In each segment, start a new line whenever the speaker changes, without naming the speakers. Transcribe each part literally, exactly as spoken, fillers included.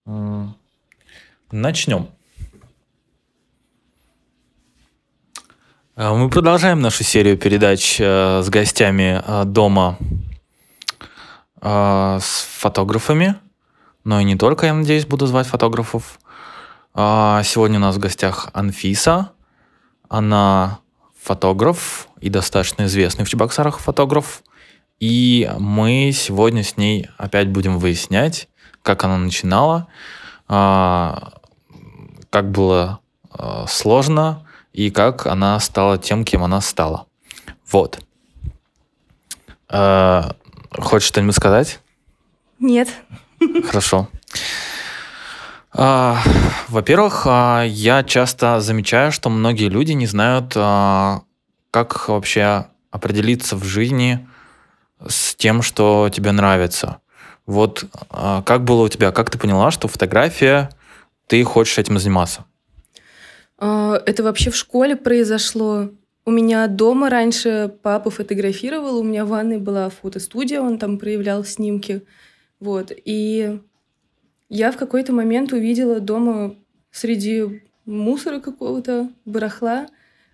М, Начнем. А, Мы продолжаем нашу серию передач э, с гостями э, дома э, с фотографами. Но и не только, я надеюсь, буду звать фотографов. А, Сегодня у нас в гостях Анфиса. Она фотограф и достаточно известный в Чебоксарах фотограф. И мы сегодня с ней опять будем выяснять, как она начинала, а, как было а, сложно и как она стала тем, кем она стала. Вот. А, Хочешь что-нибудь сказать?
Нет.
Хорошо. А, Во-первых, а, я часто замечаю, что многие люди не знают, а, как вообще определиться в жизни с тем, что тебе нравится. Вот а, как было у тебя? Как ты поняла, что фотография, ты хочешь этим заниматься?
А, Это вообще в школе произошло. У меня дома раньше папа фотографировал, у меня в ванной была фотостудия, он там проявлял снимки. Вот. И я в какой-то момент увидела дома среди мусора какого-то, барахла,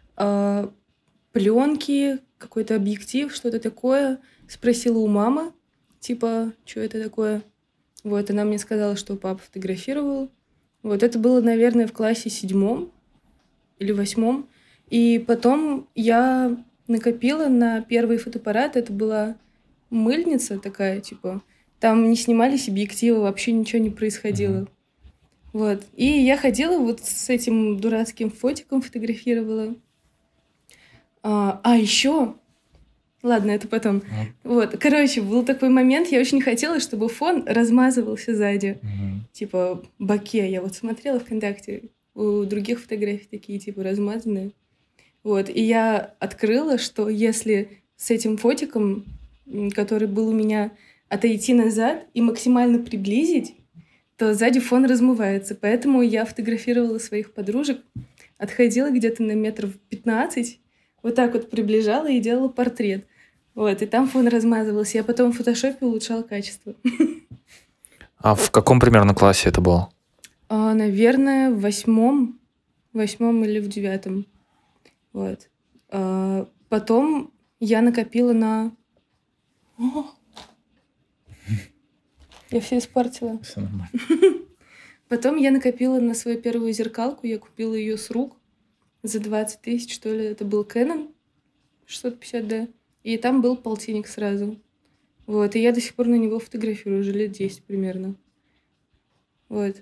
пленки, какой-то объектив, что-то такое. Спросила у мамы, типа, что это такое. Вот, она мне сказала, что папа фотографировал. Вот, это было, наверное, в классе седьмом или восьмом. И потом я накопила на первый фотоаппарат. Это была мыльница такая, типа. Там не снимались объективы, вообще ничего не происходило.
Мгм.
Вот. И я ходила вот с этим дурацким фотиком, фотографировала. А, а еще... Ладно, это потом.
Мгм.
Вот. Короче, был такой момент, я очень хотела, чтобы фон размазывался сзади.
Мгм.
Типа боке. Я вот смотрела ВКонтакте, у других фотографий такие, типа, размазанные. Вот. И я открыла, что если с этим фотиком, м, который был у меня, отойти назад и максимально приблизить, то сзади фон размывается. Поэтому я фотографировала своих подружек, отходила где-то на метров пятнадцать, вот так вот приближала и делала портрет. Вот, и там фон размазывался. Я потом в фотошопе улучшала качество.
А в каком примерно классе это было?
А, наверное, в восьмом, восьмом или в девятом. Вот. А, потом я накопила на... О! Я все испортила.
Все нормально.
Потом я накопила на свою первую зеркалку. Я купила ее с рук за двадцать тысяч, что ли. Это был Canon шестьсот пятьдесят ди. И там был полтинник сразу. Вот. И я до сих пор на него фотографирую уже лет десять примерно. Вот.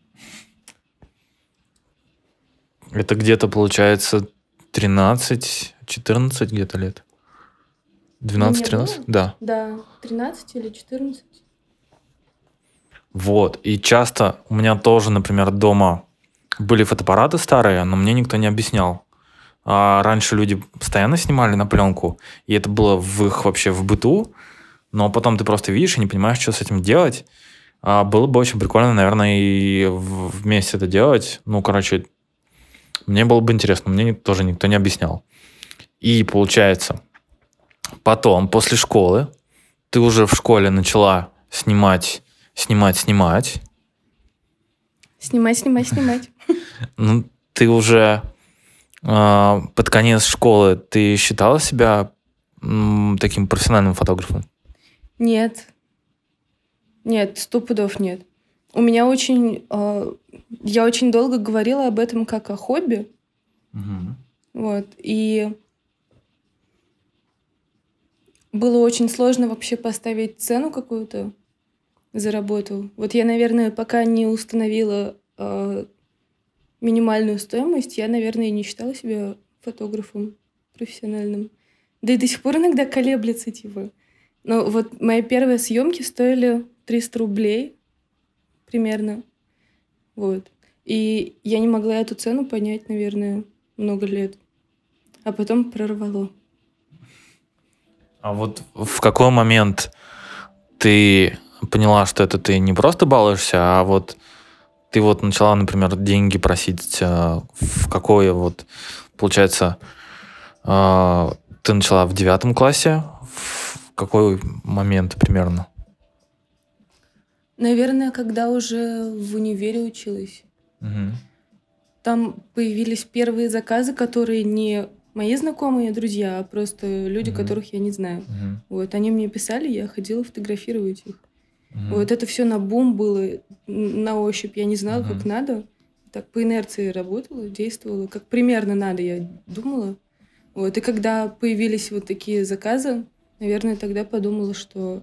Это где-то получается тринадцать-четырнадцать где-то лет? двенадцать-тринадцать?
было?
Да.
Да, тринадцать или четырнадцать.
Вот. И часто у меня тоже, например, дома были фотоаппараты старые, но мне никто не объяснял. А раньше люди постоянно снимали на пленку, и это было в их вообще в быту, но потом ты просто видишь и не понимаешь, что с этим делать. А было бы очень прикольно, наверное, и в- вместе это делать. Ну, короче, мне было бы интересно, мне ни- тоже никто не объяснял. И получается, потом, после школы, ты уже в школе начала снимать, снимать, снимать.
Снимать, снимать, снимать.
Ну, ты уже э, под конец школы, ты считала себя м, таким профессиональным фотографом?
Нет. Нет, сто пудов нет. У меня очень... э, я очень долго говорила об этом как о хобби. Вот. И было очень сложно вообще поставить цену какую-то за работу. Вот я, наверное, пока не установила э, минимальную стоимость, я, наверное, не считала себя фотографом профессиональным. Да и до сих пор иногда колеблется, типа. Но вот мои первые съемки стоили триста рублей примерно. Вот. И я не могла эту цену понять, наверное, много лет. А потом прорвало.
А вот в какой момент ты поняла, что это ты не просто балуешься, а вот ты вот начала, например, деньги просить, э, в какое вот, получается, э, ты начала в девятом классе? В какой момент примерно?
Наверное, когда уже в универе училась.
Мгм.
Там появились первые заказы, которые не мои знакомые друзья, а просто люди,
Мгм.
которых я не знаю.
Мгм.
Вот, они мне писали, я ходила фотографировать их.
Мгм.
Вот это все на бум было, н- на ощупь. Я не знала, как
Мгм.
надо. Так по инерции работала, действовала, как примерно надо, я думала. Вот, и когда появились вот такие заказы, наверное, тогда подумала, что...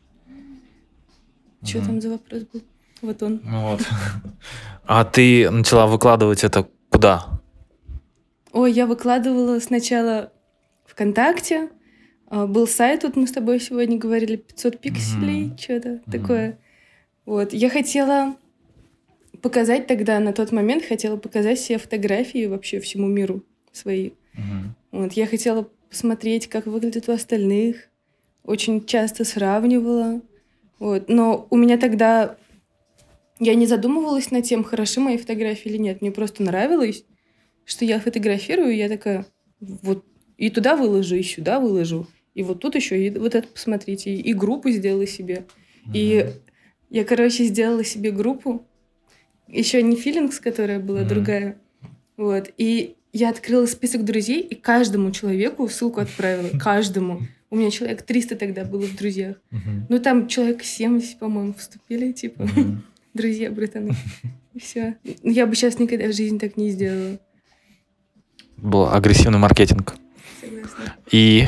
Что
Мгм.
там за вопрос был? Вот он.
Ну вот. А ты начала выкладывать это куда?
Ой, я выкладывала сначала ВКонтакте. А, Был сайт, вот мы с тобой сегодня говорили, пятьсот пикселей,
Мгм.
что-то
Мгм.
такое. Вот, я хотела показать тогда, на тот момент, хотела показать все фотографии вообще всему миру свои.
Мгм.
Вот, я хотела посмотреть, как выглядит у остальных. Очень часто сравнивала. Вот, но у меня тогда... Я не задумывалась над тем, хороши мои фотографии или нет. Мне просто нравилось, что я фотографирую, и я такая, вот и туда выложу, и сюда выложу, и вот тут еще, и вот это посмотрите, и, и группу сделала себе. И
Мгм.
я, короче, сделала себе группу, еще не Филингс, которая была
Мгм.
другая, вот, и я открыла список друзей, и каждому человеку ссылку отправила, каждому. У меня человек триста тогда было в друзьях.
Мгм.
Ну, там человек семьдесят, по-моему, вступили, типа,
Мгм.
друзья, братаны. И все. Я бы сейчас никогда в жизни так не сделала.
Был агрессивный маркетинг.
Согласна.
И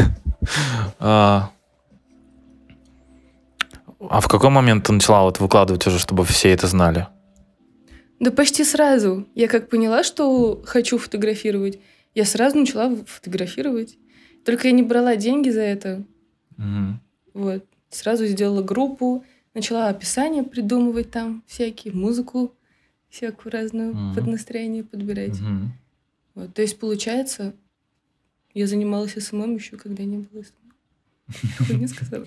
а, а в какой момент ты начала вот выкладывать уже, чтобы все это знали?
Да почти сразу. Я как поняла, что хочу фотографировать, я сразу начала фотографировать. Только я не брала деньги за это.
Мгм.
Вот. Сразу сделала группу, начала описание придумывать там, всякие, музыку всякую разную
Мгм.
под настроение подбирать.
Мгм.
Вот. То есть, получается, я занималась СММ еще, когда не было СММ. Хуйню сказала.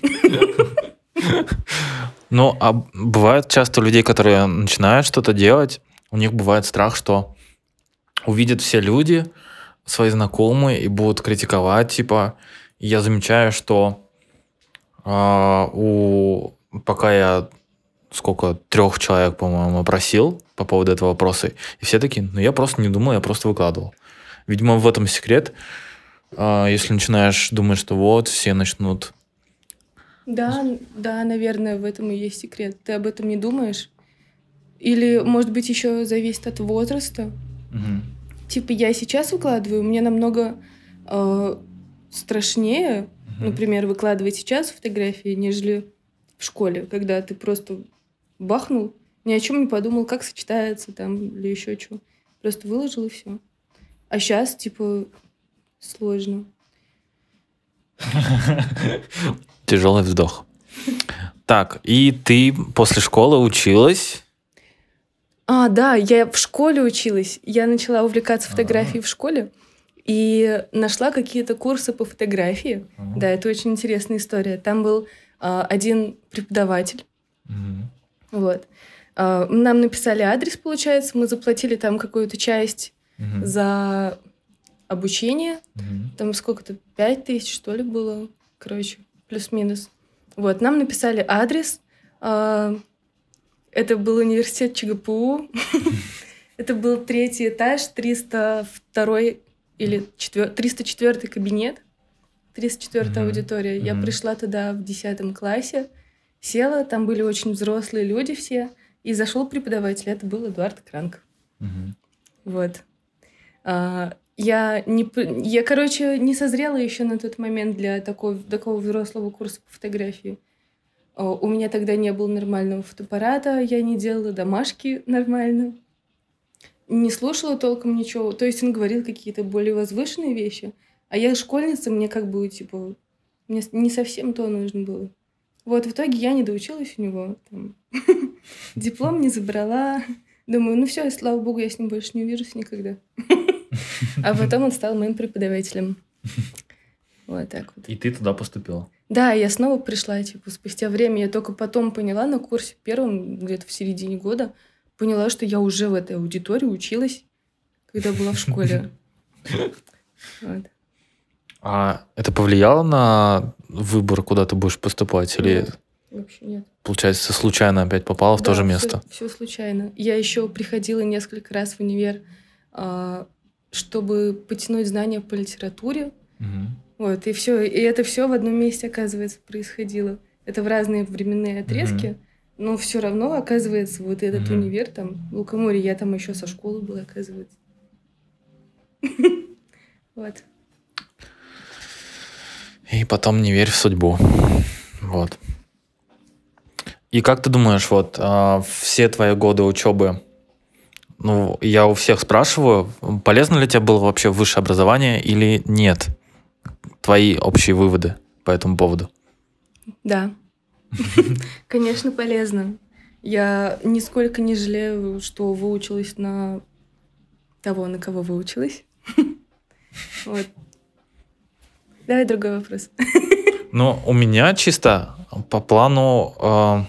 Ну, а бывает часто у людей, которые начинают что-то делать, у них бывает страх, что увидят все люди, свои знакомые, и будут критиковать, типа. И я замечаю, что а, у пока я сколько, трех человек, по-моему, опросил по поводу этого вопроса, и все такие, ну я просто не думал, я просто выкладывал. Видимо, в этом секрет. А, если начинаешь думать, что вот, все начнут...
Да, да, наверное, в этом и есть секрет. Ты об этом не думаешь? Или, может быть, еще зависит от возраста?
Мгм.
Типа я сейчас выкладываю, мне намного э, страшнее,
Мгм.
например, выкладывать сейчас фотографии, нежели в школе, когда ты просто бахнул, ни о чем не подумал, как сочетается там или еще что. Просто выложил и все. А сейчас, типа, сложно.
Тяжелый вздох. Так, и ты после школы училась?
А, да, я в школе училась. Я начала увлекаться
Ага.
фотографией в школе и нашла какие-то курсы по фотографии.
Ага.
Да, это очень интересная история. Там был а, один преподаватель.
Мгм.
Вот. А, Нам написали адрес, получается, мы заплатили там какую-то часть
Мгм.
за обучение.
Мгм.
Там сколько-то, пять тысяч, что ли, было. Короче, плюс-минус. Вот, нам написали адрес. А, Это был университет ЧГПУ. Это был третий этаж, триста второй или четвёр- триста четвёртый кабинет, триста четвёртая
Мгм.
аудитория. Я
Мгм.
пришла туда в десятом классе, села, там были очень взрослые люди все, и зашел преподаватель. Это был Эдуард Кранк.
Мгм.
Вот. А, Я, не, п- я, короче, не созрела еще на тот момент для такого, такого взрослого курса по фотографии. А, У меня тогда не было нормального фотоаппарата, я не делала домашки нормально, не слушала толком ничего. То есть он говорил какие-то более возвышенные вещи, а я школьница, мне как бы, типа, мне с- не совсем то нужно было. Вот, в итоге я не доучилась у него. Там. Диплом не забрала. Думаю, ну все, слава богу, я с ним больше не увижусь никогда. А потом он стал моим преподавателем. Вот так вот.
И ты туда поступила?
Да, я снова пришла, типа, спустя время. Я только потом поняла на курсе первом, где-то в середине года, поняла, что я уже в этой аудитории училась, когда была в школе. Вот.
А это повлияло на выбор, куда ты будешь поступать? Или...
Нет. Вообще нет.
Получается, случайно опять попала в
Да,
то же
всё-
место.
Все случайно. Я еще приходила несколько раз в универ, а, чтобы потянуть знания по литературе.
Мгм.
Вот, и все. И это все в одном месте, оказывается, происходило. Это в разные временные отрезки.
Мгм.
Но все равно, оказывается, вот этот
Мгм.
универ там, в Лукоморье, я там еще со школы была, оказывается. Вот.
И потом не верь в судьбу. Вот. И как ты думаешь, вот а, все твои годы учебы, ну, я у всех спрашиваю, полезно ли тебе было вообще высшее образование или нет? Твои общие выводы по этому поводу.
Да. Конечно, полезно. Я нисколько не жалею, что выучилась на того, на кого выучилась. Вот. Давай другой вопрос.
Ну, у меня чисто по плану э,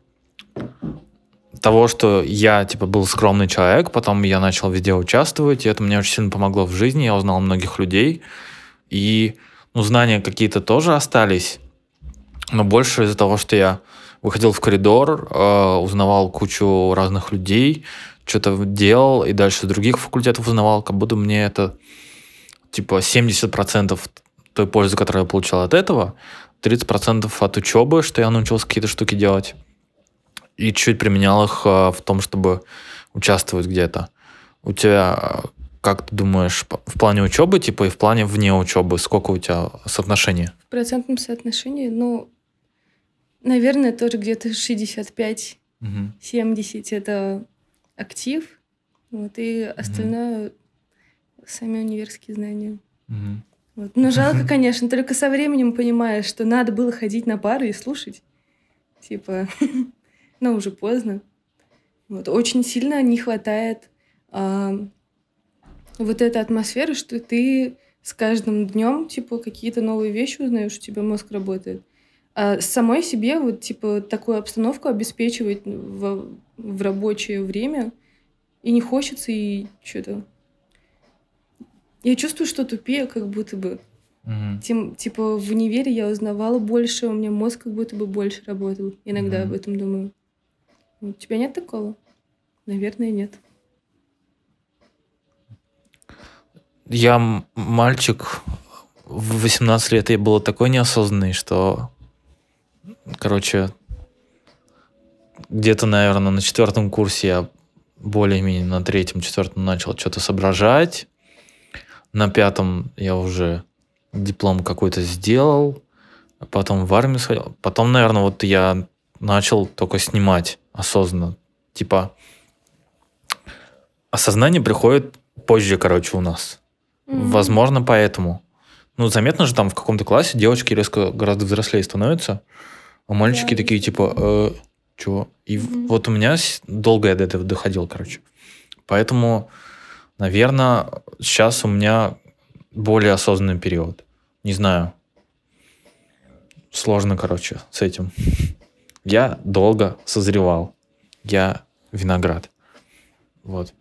того, что я, типа, был скромный человек, потом я начал везде участвовать, и это мне очень сильно помогло в жизни, я узнал многих людей, и, ну, знания какие-то тоже остались, но больше из-за того, что я выходил в коридор, э, узнавал кучу разных людей, что-то делал, и дальше с других факультетов узнавал, как будто мне это, типа, семьдесят процентов той пользы, которую я получал от этого, тридцать процентов от учебы, что я научился какие-то штуки делать, и чуть применял их э, в том, чтобы участвовать где-то. У тебя, э, как ты думаешь, п- в плане учебы, типа, и в плане вне учебы, сколько у тебя соотношение?
В процентном соотношении, ну, наверное, тоже где-то шестьдесят пять
Мгм.
семьдесят это актив, вот, и остальное сами универские знания.
Мгм.
Вот. Но жалко, конечно, только со временем понимаешь, что надо было ходить на пары и слушать. Типа, но уже поздно. Вот. Очень сильно не хватает а, вот этой атмосферы, что ты с каждым днем, типа, какие-то новые вещи узнаешь, у тебя мозг работает. А самой себе вот, типа, такую обстановку обеспечивать в, в рабочее время и не хочется, и что-то... Я чувствую, что тупее, как будто бы.
Мгм.
Тем, типа, в универе я узнавала больше, у меня мозг как будто бы больше работал. Иногда
Мгм.
об этом думаю. У тебя нет такого? Наверное, нет.
Я м- мальчик, в восемнадцать лет я был такой неосознанный, что, короче, где-то, наверное, на четвертом курсе я более-менее на третьем, четвертом начал что-то соображать. На пятом я уже диплом какой-то сделал, а потом в армию сходил. Потом, наверное, вот я начал только снимать осознанно. Типа, осознание приходит позже, короче, у нас.
Мгм.
Возможно, поэтому. Ну, заметно же, там в каком-то классе девочки резко гораздо взрослее становятся, а мальчики
Да,
такие,
есть
типа,
такое.
э, чего? И в-
Мгм.
вот у меня с- долго я до этого доходил, короче. Поэтому, наверное, сейчас у меня более осознанный период. Не знаю. Сложно, короче, с этим. Я долго созревал. Я виноград. Вот.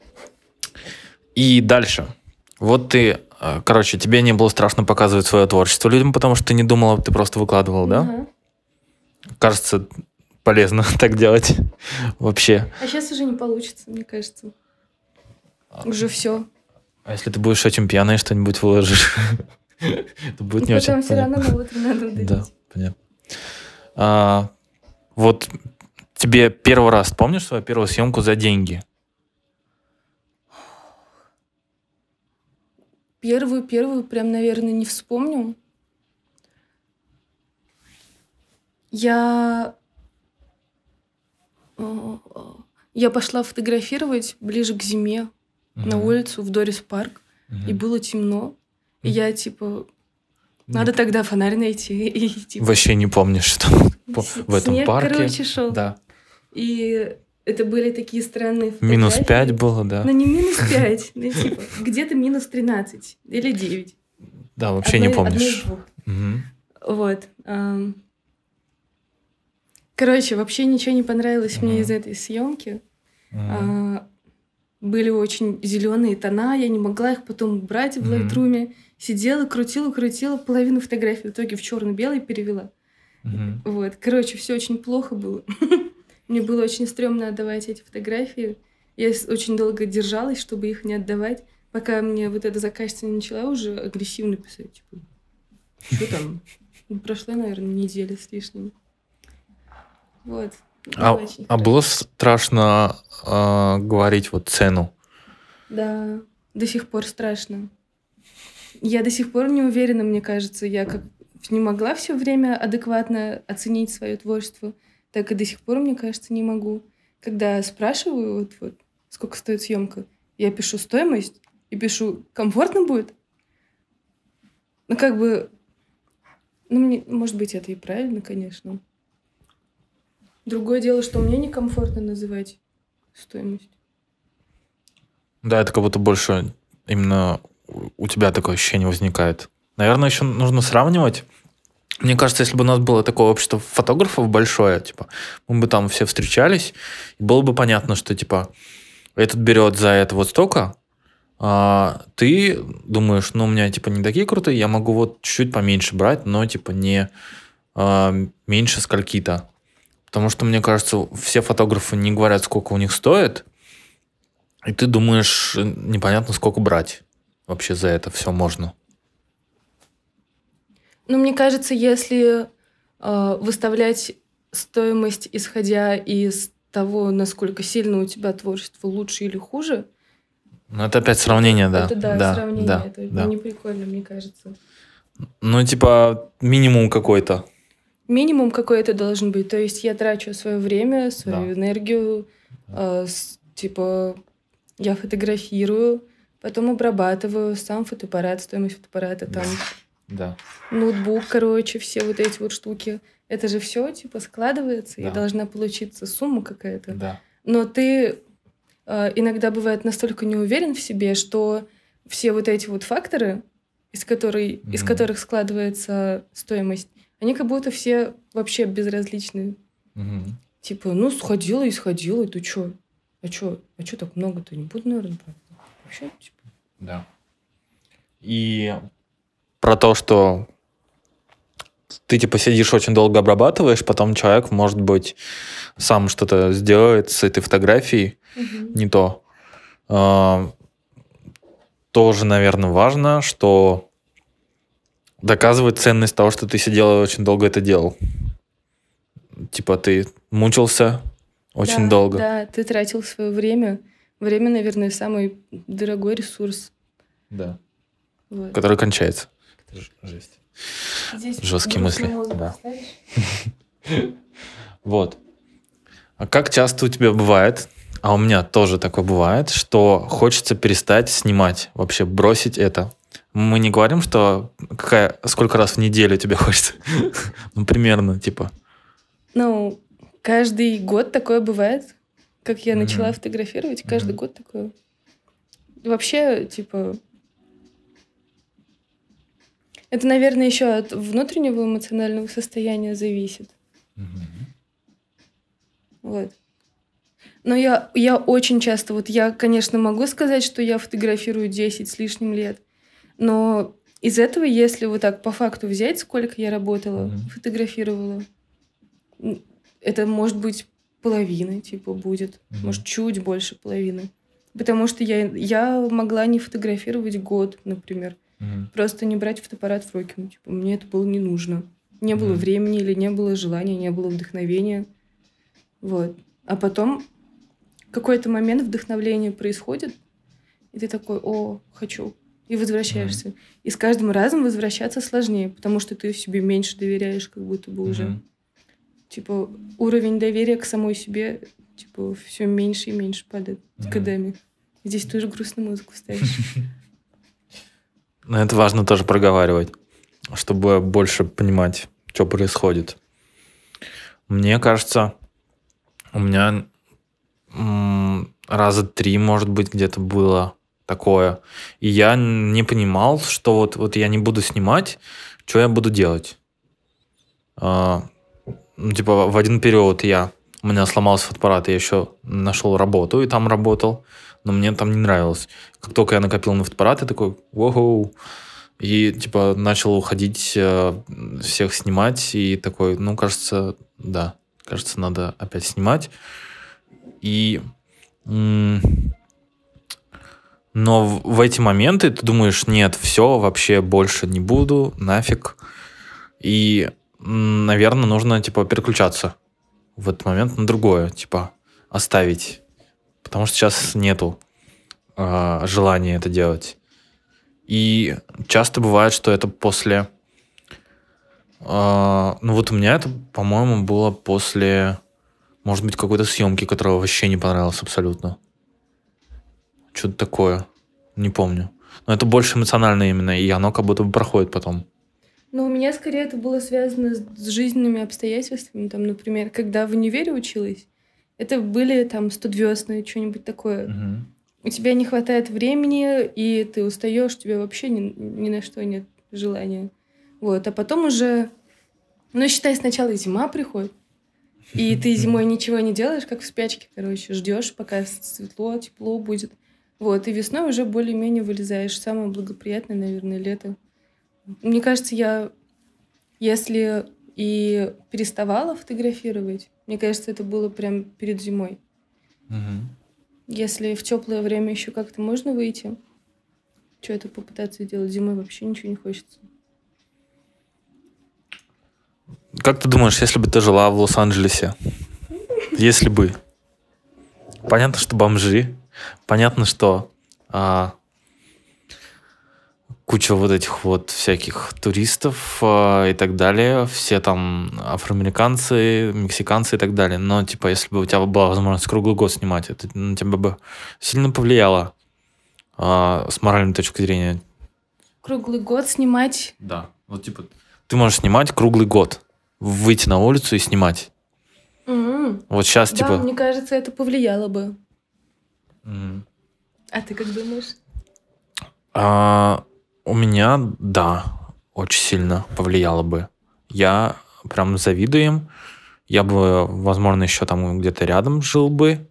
И дальше. Вот ты, э, короче, тебе не было страшно показывать свое творчество людям, потому что ты не думала, ты просто выкладывал, да?
Ага.
Кажется, полезно так делать вообще.
А сейчас уже не получится, мне кажется. Уже все.
А если ты будешь очень пьяной, что-нибудь выложишь, это будет не очень
Потом все равно
понятно.
на утро надо удалить.
Да, понятно. А, вот тебе первый раз, помнишь свою первую съемку за деньги?
Первую, первую прям, наверное, не вспомню. Я... э, Я пошла фотографировать ближе к зиме на
Мгм.
улицу в Дорис парк, и
Мгм.
было темно. И
Мгм.
я, типа,
Не
надо
п-
тогда фонарь найти. И, типа,
Вообще не помнишь, что по-
с-
в этом
снег,
парке.
короче, шел.
Да.
И это были такие странные
Минус
фотографии.
пять было, да.
Ну, не минус пять, ну, типа, где-то минус тринадцать или девять.
Да, вообще
Одно,
не
одно из
помнишь.
двух.
Мгм.
Вот. ам. Короче, вообще ничего не понравилось мне
Мгм.
из этой съемки.
Мгм.
А, Были очень зеленые тона, я не могла их потом убрать в
Мгм.
лайтруме. Сидела, крутила, крутила, половину фотографий в итоге в черно-белый перевела.
Мгм.
Вот, короче, все очень плохо было. Мне было очень стрёмно отдавать эти фотографии. Я с- очень долго держалась, чтобы их не отдавать, пока мне вот эта заказчица не начала уже агрессивно писать, типа, что там? Ну, прошла, наверное, неделя с лишним. Вот,
А,
было очень
а было
хорошо.
страшно а, говорить вот цену?
Да, до сих пор страшно. Я до сих пор не уверена, мне кажется, я как не могла все время адекватно оценить свое творчество, так и до сих пор, мне кажется, не могу. Когда спрашиваю, вот, вот, сколько стоит съемка, я пишу стоимость и пишу, комфортно будет? Ну, как бы, ну, мне, может быть, это и правильно, конечно. Другое дело, что мне некомфортно называть стоимость.
Да, это как будто больше именно у у тебя такое ощущение возникает. Наверное, еще нужно сравнивать. Мне кажется, если бы у нас было такое общество фотографов большое, типа, мы бы там все встречались, и было бы понятно, что, типа, этот берет за это вот столько, а ты думаешь, ну, у меня, типа, не такие крутые, я могу вот чуть-чуть поменьше брать, но, типа, не а, меньше скольки-то. Потому что, мне кажется, все фотографы не говорят, сколько у них стоит, и ты думаешь, э, непонятно, сколько брать вообще за это все можно.
Ну, мне кажется, если э, выставлять стоимость, исходя из того, насколько сильно у тебя творчество лучше или хуже,
Ну, это опять
это,
сравнение, да.
это да,
Да,
сравнение,
да,
это
да.
не прикольно, мне кажется.
Ну, типа, минимум какой-то.
Минимум какой-то должен быть. То есть я трачу свое время, свою
Да.
энергию, э, с- типа я фотографирую, потом обрабатываю сам фотоаппарат, стоимость фотоаппарата,
Да.
там
Да.
ноутбук, короче, все вот эти вот штуки. Это же все типа складывается, и
Да.
должна получиться сумма какая-то.
Да.
Но ты э, иногда бывает настолько не уверен в себе, что все вот эти вот факторы, из, которой, из
Мгм.
которых складывается стоимость, они как будто все вообще безразличны.
Мгм.
Типа, ну, сходила и сходила, и ты чё? А чё? А чё так много-то? Не буду, наверное, брать. Вообще, типа.
Да. И про то, что ты, типа, сидишь очень долго обрабатываешь, потом человек, может быть, сам что-то сделает с этой фотографией,
Мгм.
не то. А, тоже, наверное, важно, что доказывает ценность того, что ты сидел и очень долго это делал. Типа, ты мучился очень
Да,
долго.
да, ты тратил свое время. Время, наверное, самый дорогой ресурс.
Да.
Вот.
Который кончается. Ж- Жесть.
Здесь
Жесткие
грустную
мысли.
музыку
Да.
ставишь?
Вот. А как часто у тебя бывает, а у меня тоже такое бывает, что хочется перестать снимать, вообще бросить это? Мы не говорим, что какая, сколько раз в неделю тебе хочется. Ну, примерно, типа.
Ну, каждый год такое бывает. Как я начала
Мгм.
фотографировать, каждый
Мгм.
год такое. Вообще, типа, это, наверное, еще от внутреннего эмоционального состояния зависит.
Мгм.
Вот. Но я, я очень часто, вот я, конечно, могу сказать, что я фотографирую десять с лишним лет, но из этого, если вот так по факту взять, сколько я работала,
Мгм.
фотографировала, м, это может быть половина, типа, будет,
Мгм.
может, чуть больше половины. Потому что я, я могла не фотографировать год, например.
Мгм.
Просто не брать фотоаппарат в руки. Ну, типа, мне это было не нужно. Не было
Мгм.
времени или не было желания, не было вдохновения. Вот. А потом в какой-то момент вдохновление происходит, и ты такой, о, хочу. И возвращаешься. И с каждым разом возвращаться сложнее, потому что ты себе меньше доверяешь, как будто бы уже.
Мгм.
Типа, уровень доверия к самой себе, типа, все меньше и меньше падает с
Мгм.
годами. Здесь тоже грустную музыку ставишь.
Но это важно тоже проговаривать, чтобы больше понимать, что происходит. Мне кажется, у меня м, раза три, может быть, где-то было такое. И я не понимал, что вот, вот я не буду снимать, что я буду делать. А, ну, типа, в один период я... У меня сломался фотоаппарат, я еще нашел работу и там работал, но мне там не нравилось. Как только я накопил на фотоаппарат, я такой, воу, И, типа, начал уходить, э, всех снимать, и такой, ну, кажется, да, кажется, надо опять снимать. И... м, Но в, в эти моменты ты думаешь, нет, все, вообще больше не буду, нафиг. И, наверное, нужно, типа, переключаться в этот момент на другое, типа, оставить. Потому что сейчас нету а, желания это делать. И часто бывает, что это после... а, ну вот у меня это, по-моему, было после, может быть, какой-то съемки, которая вообще не понравилась абсолютно. Что-то такое. Не помню. Но это больше эмоционально именно, и оно как будто бы проходит потом.
Но у меня скорее это было связано с с жизненными обстоятельствами. Там, например, когда в универе училась, это были там студвесны, что-нибудь такое.
Мгм.
У тебя не хватает времени, и ты устаешь, у тебя вообще ни, ни на что нет желания. Вот, а потом уже, ну, считай, сначала зима приходит, и ты зимой ничего не делаешь, как в спячке, короче, ждешь, пока светло, тепло будет. Вот, и весной уже более-менее вылезаешь. Самое благоприятное, наверное, лето. Мне кажется, я, если и переставала фотографировать, мне кажется, это было прям перед зимой.
Мгм.
Если в теплое время еще как-то можно выйти, что это попытаться сделать зимой, вообще ничего не хочется.
Как ты думаешь, если бы ты жила в Лос-Анджелесе? Если бы. Понятно, что бомжи. Понятно, что а, куча вот этих вот всяких туристов а, и так далее. Все там афроамериканцы, мексиканцы и так далее. Но, типа, если бы у тебя была возможность круглый год снимать, это на тебя бы сильно повлияло а, с моральной точки зрения.
Круглый год снимать.
Да. Вот, типа, ты можешь снимать круглый год. Выйти на улицу и снимать.
М.
Вот сейчас,
Да,
типа...
мне кажется, это повлияло бы.
м,
А ты как думаешь?
а, у меня, да, очень сильно повлияло бы. Я прям завидую им. Я бы, возможно, еще там где-то рядом жил бы.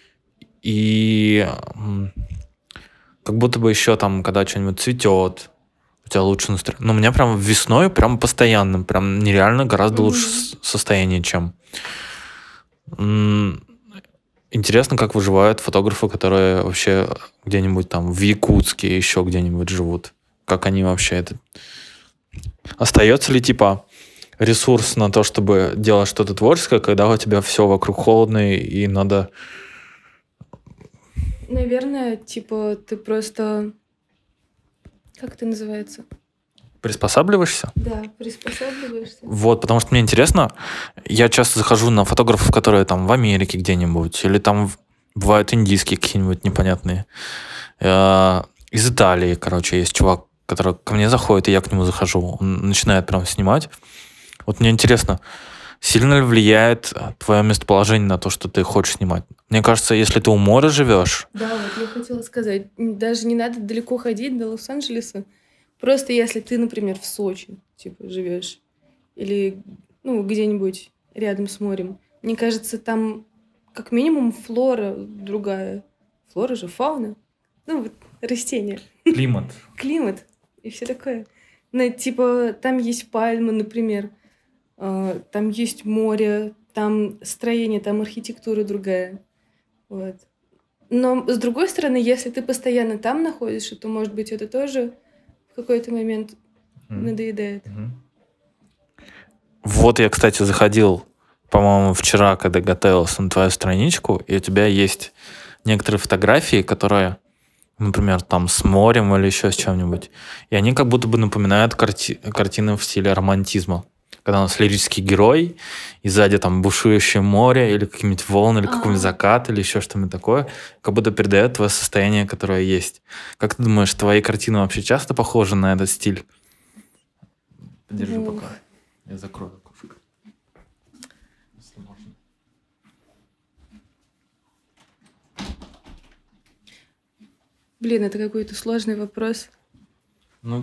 И м, как будто бы еще там, когда что-нибудь цветет, у тебя лучше настроение. Но у меня прям весной прям постоянно, прям нереально гораздо лучше
Мгм.
с- состояние, чем... м, Интересно, как выживают фотографы, которые вообще где-нибудь там в Якутске, еще где-нибудь живут. Как они вообще это... Остается ли, типа, ресурс на то, чтобы делать что-то творческое, когда у тебя все вокруг холодно и надо...
Наверное, типа, ты просто... Как это называется?
Приспосабливаешься?
Да, приспосабливаешься.
Вот, потому что мне интересно, я часто захожу на фотографов, которые там в Америке где-нибудь, или там в- бывают индийские какие-нибудь непонятные. Э, Из Италии, короче, есть чувак, который ко мне заходит, и я к нему захожу. Он начинает прям снимать. Вот мне интересно, сильно ли влияет твое местоположение на то, что ты хочешь снимать? Мне кажется, если ты у моря живешь,
Да, вот я хотела сказать, м, даже не надо далеко ходить до Лос-Анджелеса. Просто если ты, например, в Сочи, типа, живешь, или, ну, где-нибудь рядом с морем, мне кажется, там как минимум флора другая. Флора же, фауна. Ну, вот растения,
климат.
климат и все такое. Ну, типа, там есть пальмы, например, а, там есть море, там строение, там архитектура другая. Вот. Но, с другой стороны, если ты постоянно там находишься, то, может быть, это тоже в какой-то момент
Мгм.
надоедает.
Мгм. Вот я, кстати, заходил, по-моему, вчера, когда готовился на твою страничку, и у тебя есть некоторые фотографии, которые, например, там с морем или еще с чем-нибудь, и они как будто бы напоминают карти- картины в стиле романтизма. Когда у нас лирический герой, и сзади там бушующее море, или какие-нибудь волны, или какой-нибудь
А.
закат, или еще что-нибудь такое, как будто передает твое состояние, которое есть. Как ты думаешь, твои картины вообще часто похожи на этот стиль? Подержи
Ух.
пока. Я закрою кошек. Если можно.
Блин, это какой-то сложный вопрос.
Ну,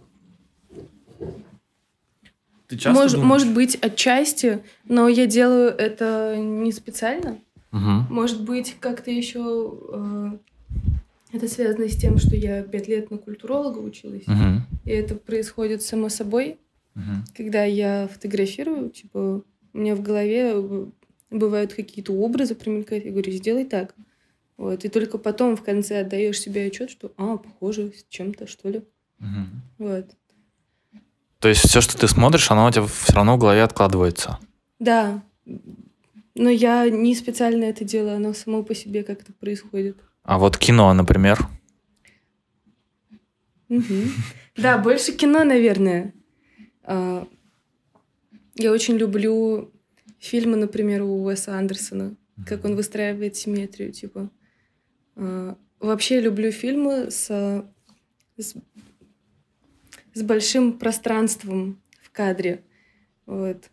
ты часто
Мож-
думаешь?
может быть, отчасти, но я делаю это не специально.
Мгм.
Может быть, как-то еще это связано с тем, что я пять лет на культуролога училась.
Мгм.
и это происходит само собой.
Мгм.
Когда я фотографирую, типа, у меня в голове б- бывают какие-то образы промелькают, я говорю, сделай так. Вот, и только потом в конце отдаешь себе отчет, что, а, похоже, с чем-то, что ли.
Мгм.
Вот.
То есть все, что ты смотришь, оно у тебя все равно в голове откладывается.
Да, но я не специально это делаю, оно само по себе как-то происходит.
А вот кино, например.
Мгм. Да, больше кино, наверное. А, Я очень люблю фильмы, например, у Уэса Андерсона, как он выстраивает симметрию, типа. А, Вообще люблю фильмы с, с, с большим пространством в кадре. Вот.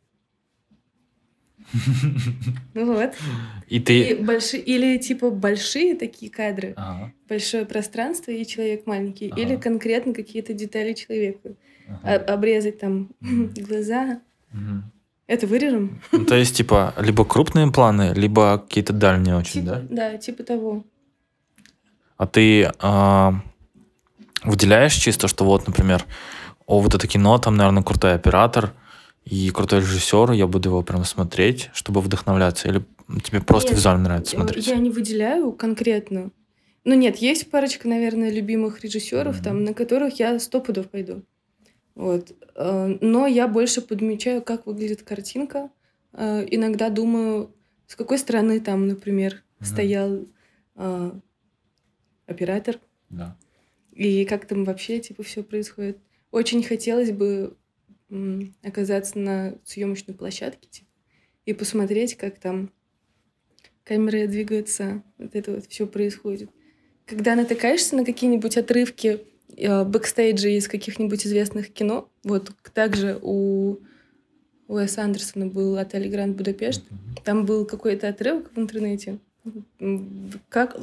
Ну вот.
И
И
ты...
большие, или типа большие такие кадры,
Ага,
большое пространство и человек маленький, или
ага,
конкретно какие-то детали человека. А-
ага.
обрезать там
Мгм.
глаза.
Мгм.
Это вырежем?
Ну, то есть, типа, либо крупные планы, либо какие-то дальние очень,
Типа,
да?
да, типа того.
А ты а, выделяешь чисто, что вот, например, о, вот это кино, там, наверное, крутой оператор и крутой режиссер, я буду его прям смотреть, чтобы вдохновляться, или тебе просто
Нет,
визуально нравится
э,
смотреть?
я не выделяю конкретно. Ну нет, есть парочка, наверное, любимых режиссеров, там,
Мгм.
на которых я сто пудов пойду. Вот. Э, Но я больше подмечаю, как выглядит картинка. Э, Иногда думаю, с какой стороны там, например,
Мгм.
стоял э, оператор,
Да.
и как там вообще, типа, все происходит. Очень хотелось бы м, оказаться на съемочной площадке, типа, и посмотреть, как там камеры двигаются, вот это вот все происходит. Когда натыкаешься на какие-нибудь отрывки э, бэкстейджа из каких-нибудь известных кино, вот также у Уэса Андерсона был «Отель Гранд Будапешт»,
Мгм.
там был какой-то отрывок в интернете, м, как,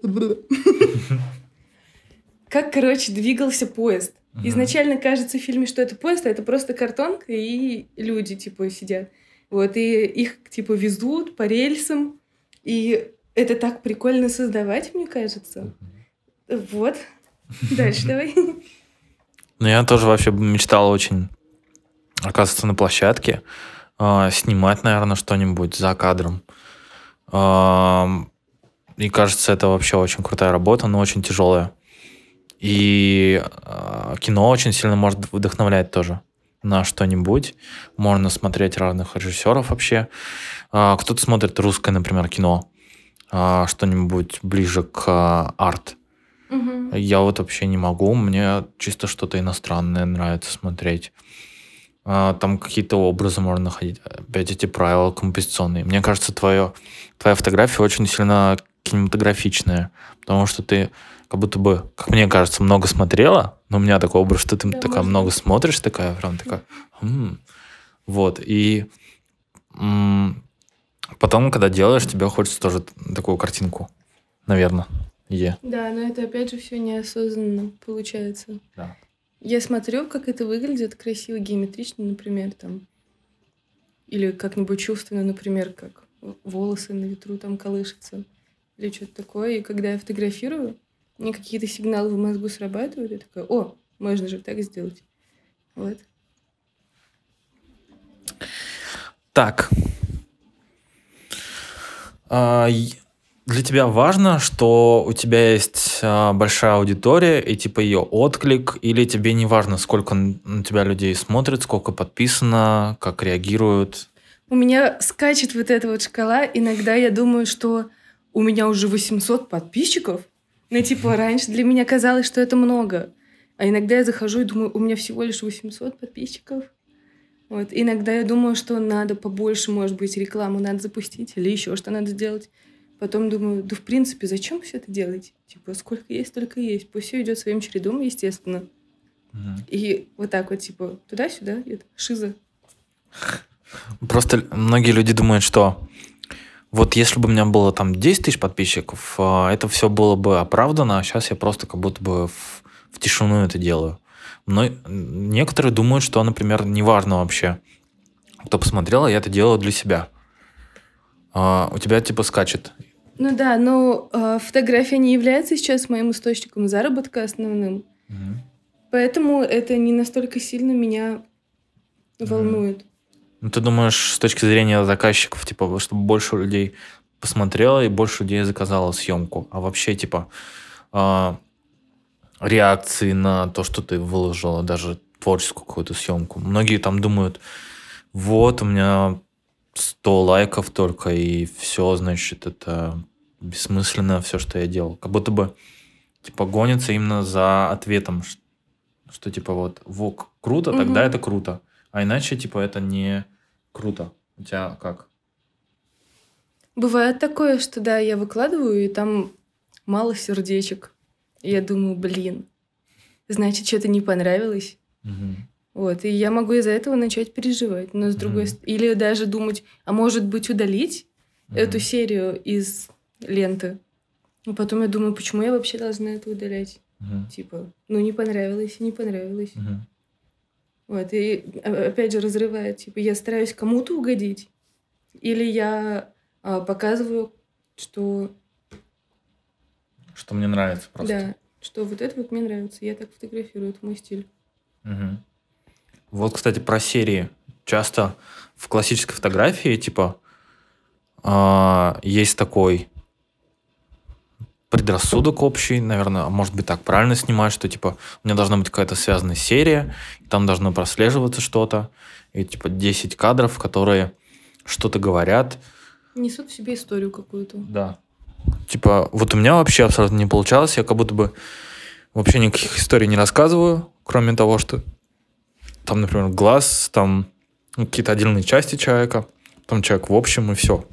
как, короче, двигался поезд.
Мгм.
Изначально кажется в фильме, что это поезд, а это просто картонка, и люди, типа, сидят. Вот, и их, типа, везут по рельсам, и это так прикольно создавать, мне кажется. Вот. Дальше давай.
Ну, я тоже вообще мечтал очень оказываться на площадке, а, снимать, наверное, что-нибудь за кадром. Ам, И кажется, это вообще очень крутая работа, но очень тяжелая. И а, кино очень сильно может вдохновлять тоже на что-нибудь. Можно смотреть разных режиссеров вообще. А, Кто-то смотрит русское, например, кино, а, что-нибудь ближе к а, арт.
Мгм.
Я вот вообще не могу, мне чисто что-то иностранное нравится смотреть. А, Там какие-то образы можно находить. Опять эти правила композиционные. Мне кажется, твое, твоя фотография очень сильно кинематографичная, потому что ты как будто бы, как мне кажется, много смотрела, но у меня такой образ, что ты
Да,
такая
может
много
быть.
смотришь, такая прям такая, «М». Вот, и м, потом, когда делаешь, тебе хочется тоже такую картинку, наверное, е.
Да, но это опять же все неосознанно получается.
Да.
Я смотрю, как это выглядит красиво, геометрично, например, там. Или как-нибудь чувственно, например, как в- волосы на ветру там колышутся. Или что-то такое. И когда я фотографирую, мне какие-то сигналы в мозгу срабатывают. Я такая, о, можно же так сделать. Вот.
Так, а, й- для тебя важно, что у тебя есть а, большая аудитория и типа ее отклик, или тебе не важно, сколько н- на тебя людей смотрит, сколько подписано, как реагируют?
У меня скачет вот эта вот шкала. Иногда я думаю, что у меня уже восемьсот подписчиков. Ну, типа, раньше для меня казалось, что это много. А иногда я захожу и думаю, у меня всего лишь восемьсот подписчиков. Вот. Иногда я думаю, что надо побольше, может быть, рекламу надо запустить или еще что надо сделать. Потом думаю, да в принципе, зачем все это делать? Типа, сколько есть, столько и есть. Пусть все идет своим чередом, естественно.
Мгм.
И вот так вот, типа, туда-сюда, и это шиза.
Просто многие люди думают, что вот если бы у меня было там десять тысяч подписчиков, а, это все было бы оправдано, а сейчас я просто как будто бы в, в тишину это делаю. Но некоторые думают, что, например, неважно вообще, кто посмотрел, я это делаю для себя. А, у тебя типа скачет.
Ну да, но э, фотография не является сейчас моим источником заработка основным.
Мгм.
Поэтому это не настолько сильно меня волнует.
Ну, ты думаешь, с точки зрения заказчиков, типа, чтобы больше людей посмотрело и больше людей заказало съемку, а вообще, типа, а, реакции на то, что ты выложила, даже творческую какую-то съемку. Многие там думают, вот, у меня сто лайков только, и все, значит, это бессмысленно все, что я делал. Как будто бы, типа, гонится именно за ответом, ш- что, типа, вот, во, круто, тогда
Мгм.
это круто. А иначе, типа, это не круто. У тебя как?
Бывает такое, что да, я выкладываю, и там мало сердечек. И я думаю, блин, значит, что-то не понравилось.
Мгм.
Вот, и я могу из-за этого начать переживать. Но с другой
Мгм.
стороны, или даже думать, а может быть, удалить эту
Мгм.
серию из ленты. И потом я думаю, почему я вообще должна это удалять?
Мгм.
Типа, ну не понравилось, и не понравилось.
Мгм.
Вот, и а, опять же разрывает. Типа, я стараюсь кому-то угодить, или я а, показываю, что
Что мне нравится просто.
да, что вот это вот мне нравится, я так фотографирую, это мой стиль.
Мгм. Вот, кстати, про серии. Часто в классической фотографии, типа, а, есть такой предрассудок общий, наверное, а может быть так правильно снимать, что, типа, у меня должна быть какая-то связанная серия, и там должно прослеживаться что-то, и, типа, десять кадров, которые что-то говорят.
Несут в себе историю какую-то.
Да. Типа, вот у меня вообще абсолютно не получалось, я как будто бы вообще никаких историй не рассказываю, кроме того, что там, например, глаз, там ну, какие-то отдельные части человека, там человек в общем, и все.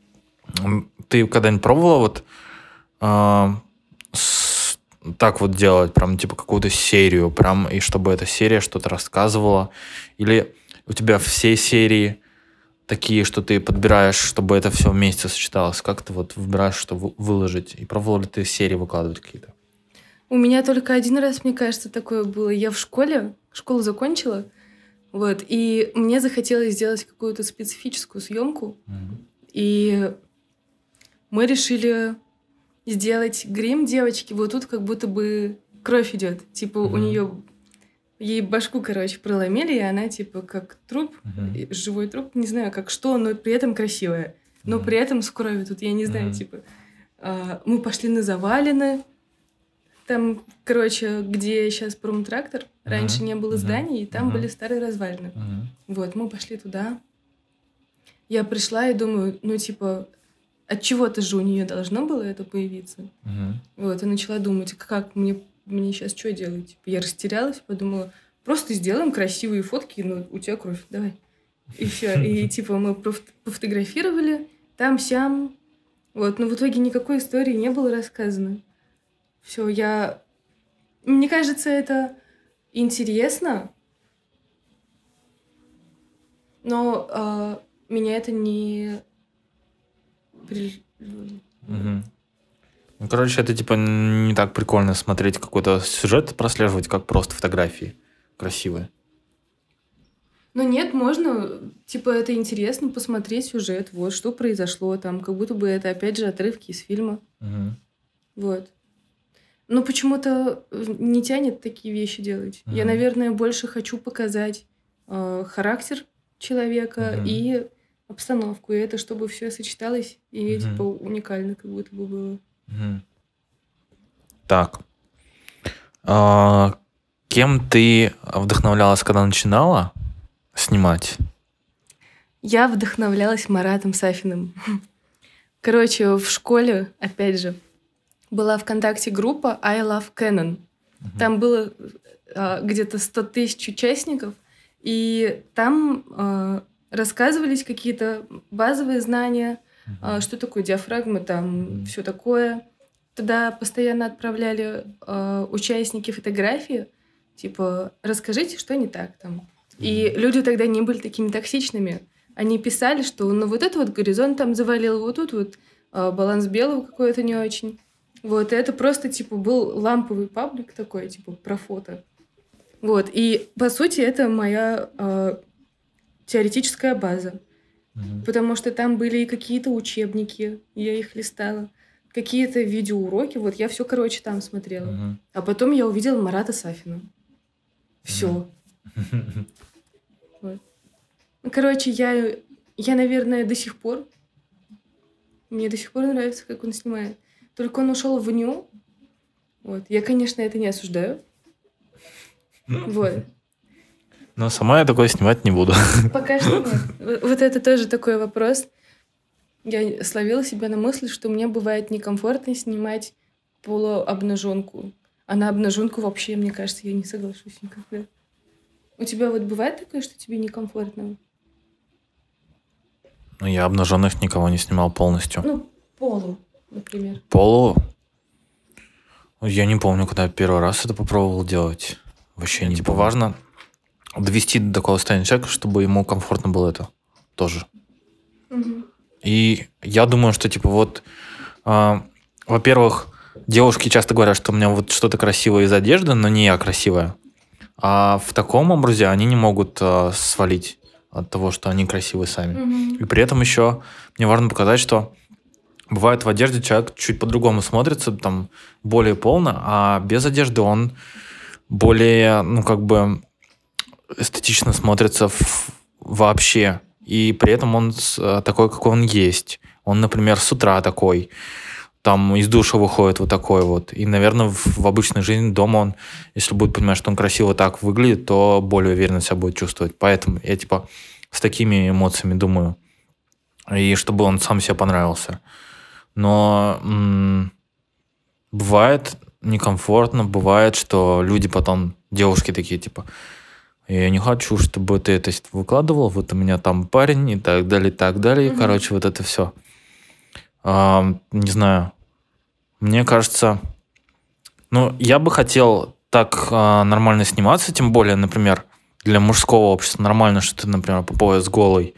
Ты когда-нибудь пробовала вот а, с- так вот делать, прям типа какую-то серию, прям, и чтобы эта серия что-то рассказывала? Или у тебя все серии такие, что ты подбираешь, чтобы это все вместе сочеталось? Как ты вот выбираешь, что вы- выложить? И пробовала ли ты серии выкладывать какие-то?
У меня только один раз, мне кажется, такое было. Я в школе, школу закончила, вот, и мне захотелось сделать какую-то специфическую съемку,
Мгм.
и мы решили сделать грим девочки. Вот тут как будто бы кровь идет. Типа у
Мгм.
нее ей башку, короче, проломили, и она типа как труп,
Мгм.
э, живой труп, не знаю, как что, но при этом красивая. Но
Мгм.
при этом с кровью. Тут я не знаю,
Мгм.
типа. а, Мы пошли на завалины. Там, короче, где сейчас промтрактор, раньше
Мгм.
не было
Мгм.
зданий, и там
Мгм.
были старые развалины.
Мгм.
Вот, мы пошли туда. Я пришла и думаю, ну, типа, от чего-то же у нее должно было это появиться.
Мгм.
Вот, и начала думать, как мне, мне сейчас что делать? Типа, я растерялась, подумала, просто сделаем красивые фотки, ну, у тебя кровь, давай. И все. И типа мы поф- пофотографировали там-сям. Вот, но в итоге никакой истории не было рассказано. Все, я... Мне кажется, это интересно, но а, меня это не... при-
Мгм. Ну, короче, это типа не так прикольно смотреть какой-то сюжет, прослеживать, как просто фотографии красивые.
Ну нет, можно, типа, это интересно посмотреть сюжет, вот, что произошло там, как будто бы это, опять же, отрывки из фильма,
Мгм.
вот. Но почему-то э, не тянет такие вещи делать. Я,
Мгм.
наверное, больше хочу показать э, характер человека
Мгм.
и обстановку, и это чтобы все сочеталось и,
Мгм.
типа, уникально как будто бы было.
Мгм. Так. А, кем ты вдохновлялась, когда начинала снимать?
Я вдохновлялась Маратом Сафиным. Короче, в школе, опять же, была ВКонтакте группа I Love Canon.
Мгм.
Там было а, где-то сто тысяч участников, и там а, рассказывались какие-то базовые знания, а,
Мгм.
что такое диафрагма, там
Мгм.
все такое. Туда постоянно отправляли а, участники фотографии, типа, расскажите, что не так там. И
Мгм.
люди тогда не были такими токсичными. Они писали, что ну вот это вот горизонт там завалил, вот тут вот а, баланс белого какой-то не очень. Вот, и это просто, типа, был ламповый паблик такой, типа, про фото. Вот, и, по сути, это моя э, теоретическая база,
Мгм.
потому что там были и какие-то учебники, я их листала, какие-то видеоуроки, вот я все, короче, там смотрела.
Мгм.
А потом я увидела Марата Сафина. Все. Вот. Ну, короче, я, я, наверное, до сих пор... Мне до сих пор нравится, как он снимает. Только он ушел в ню. Вот. Я, конечно, это не осуждаю. Вот.
Но сама я такое снимать не буду.
Пока что нет. Вот это тоже такой вопрос. Я словила себя на мысли, что мне бывает некомфортно снимать полуобнаженку. А на обнаженку вообще, мне кажется, я не соглашусь никогда. У тебя вот бывает такое, что тебе некомфортно?
Ну, я обнаженных никого не снимал полностью.
Ну, полу, например.
Полу? Я не помню, когда я первый раз это попробовал делать. Вообще не типа важно довести до такого состояния человека, чтобы ему комфортно было это тоже.
Угу.
И я думаю, что типа вот, э, во-первых, девушки часто говорят, что у меня вот что-то красивое из одежды, но не я красивая. А в таком образе они не могут э, свалить от того, что они красивые сами.
Угу.
И при этом еще мне важно показать, что бывает в одежде человек чуть по-другому смотрится, там более полно, а без одежды он более, ну как бы эстетично смотрится в, вообще. И при этом он с, такой, какой он есть. Он, например, с утра такой, там из душа выходит вот такой вот. И, наверное, в, в обычной жизни дома он, если будет понимать, что он красиво так выглядит, то более уверенно себя будет чувствовать. Поэтому я типа с такими эмоциями думаю. И чтобы он сам себе понравился. Но м- бывает некомфортно, бывает, что люди потом, девушки такие, типа, я не хочу, чтобы ты это выкладывал, вот у меня там парень и так далее, и так далее. Mm-hmm. Короче, вот это все. А, не знаю. Мне кажется, ну, я бы хотел так а, нормально сниматься, тем более, например, для мужского общества нормально, что ты, например, по пояс голый.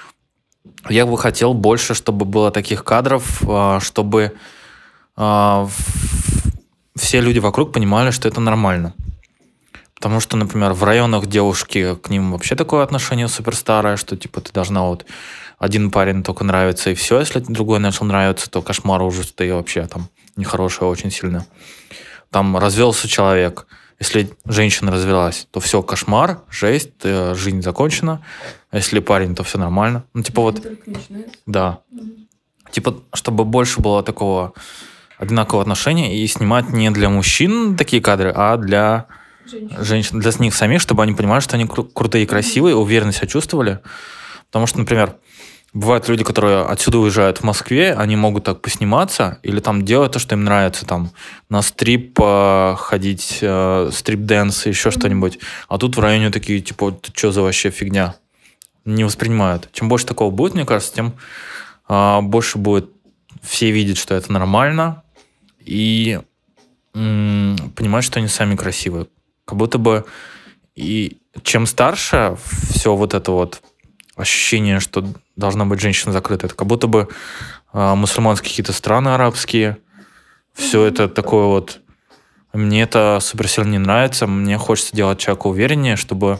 Я бы хотел больше, чтобы было таких кадров, а, чтобы а, в... все люди вокруг понимали, что это нормально. Потому что, например, в районах девушки, к ним вообще такое отношение супер старое, что типа ты должна вот один парень только нравится и все, если другой начал нравиться, то кошмар, ужас, ты вообще там нехорошее очень сильно. Там развелся человек, если женщина развелась, то все, кошмар, жесть, жизнь закончена. А если парень, то все нормально. Ну типа вот, да, mm-hmm. типа чтобы больше было такого одинакового отношения и снимать не для мужчин такие кадры, а для Женщин. женщин, для них самих, чтобы они понимали, что они кру- крутые и красивые, уверенно себя чувствовали. Потому что, например, бывают люди, которые отсюда уезжают в Москве, они могут так посниматься или там делать то, что им нравится, там на стрип э, ходить, э, стрип-дэнс, еще mm-hmm. что-нибудь. А тут в районе такие, типа, что за вообще фигня? Не воспринимают. Чем больше такого будет, мне кажется, тем э, больше будет все видеть, что это нормально, и м- понимать, что они сами красивые. Как будто бы и чем старше все вот это вот ощущение, что должна быть женщина закрыта, это как будто бы э, мусульманские какие-то страны арабские, все mm-hmm. это такое вот. Мне это супер сильно не нравится. Мне хочется делать человека увереннее, чтобы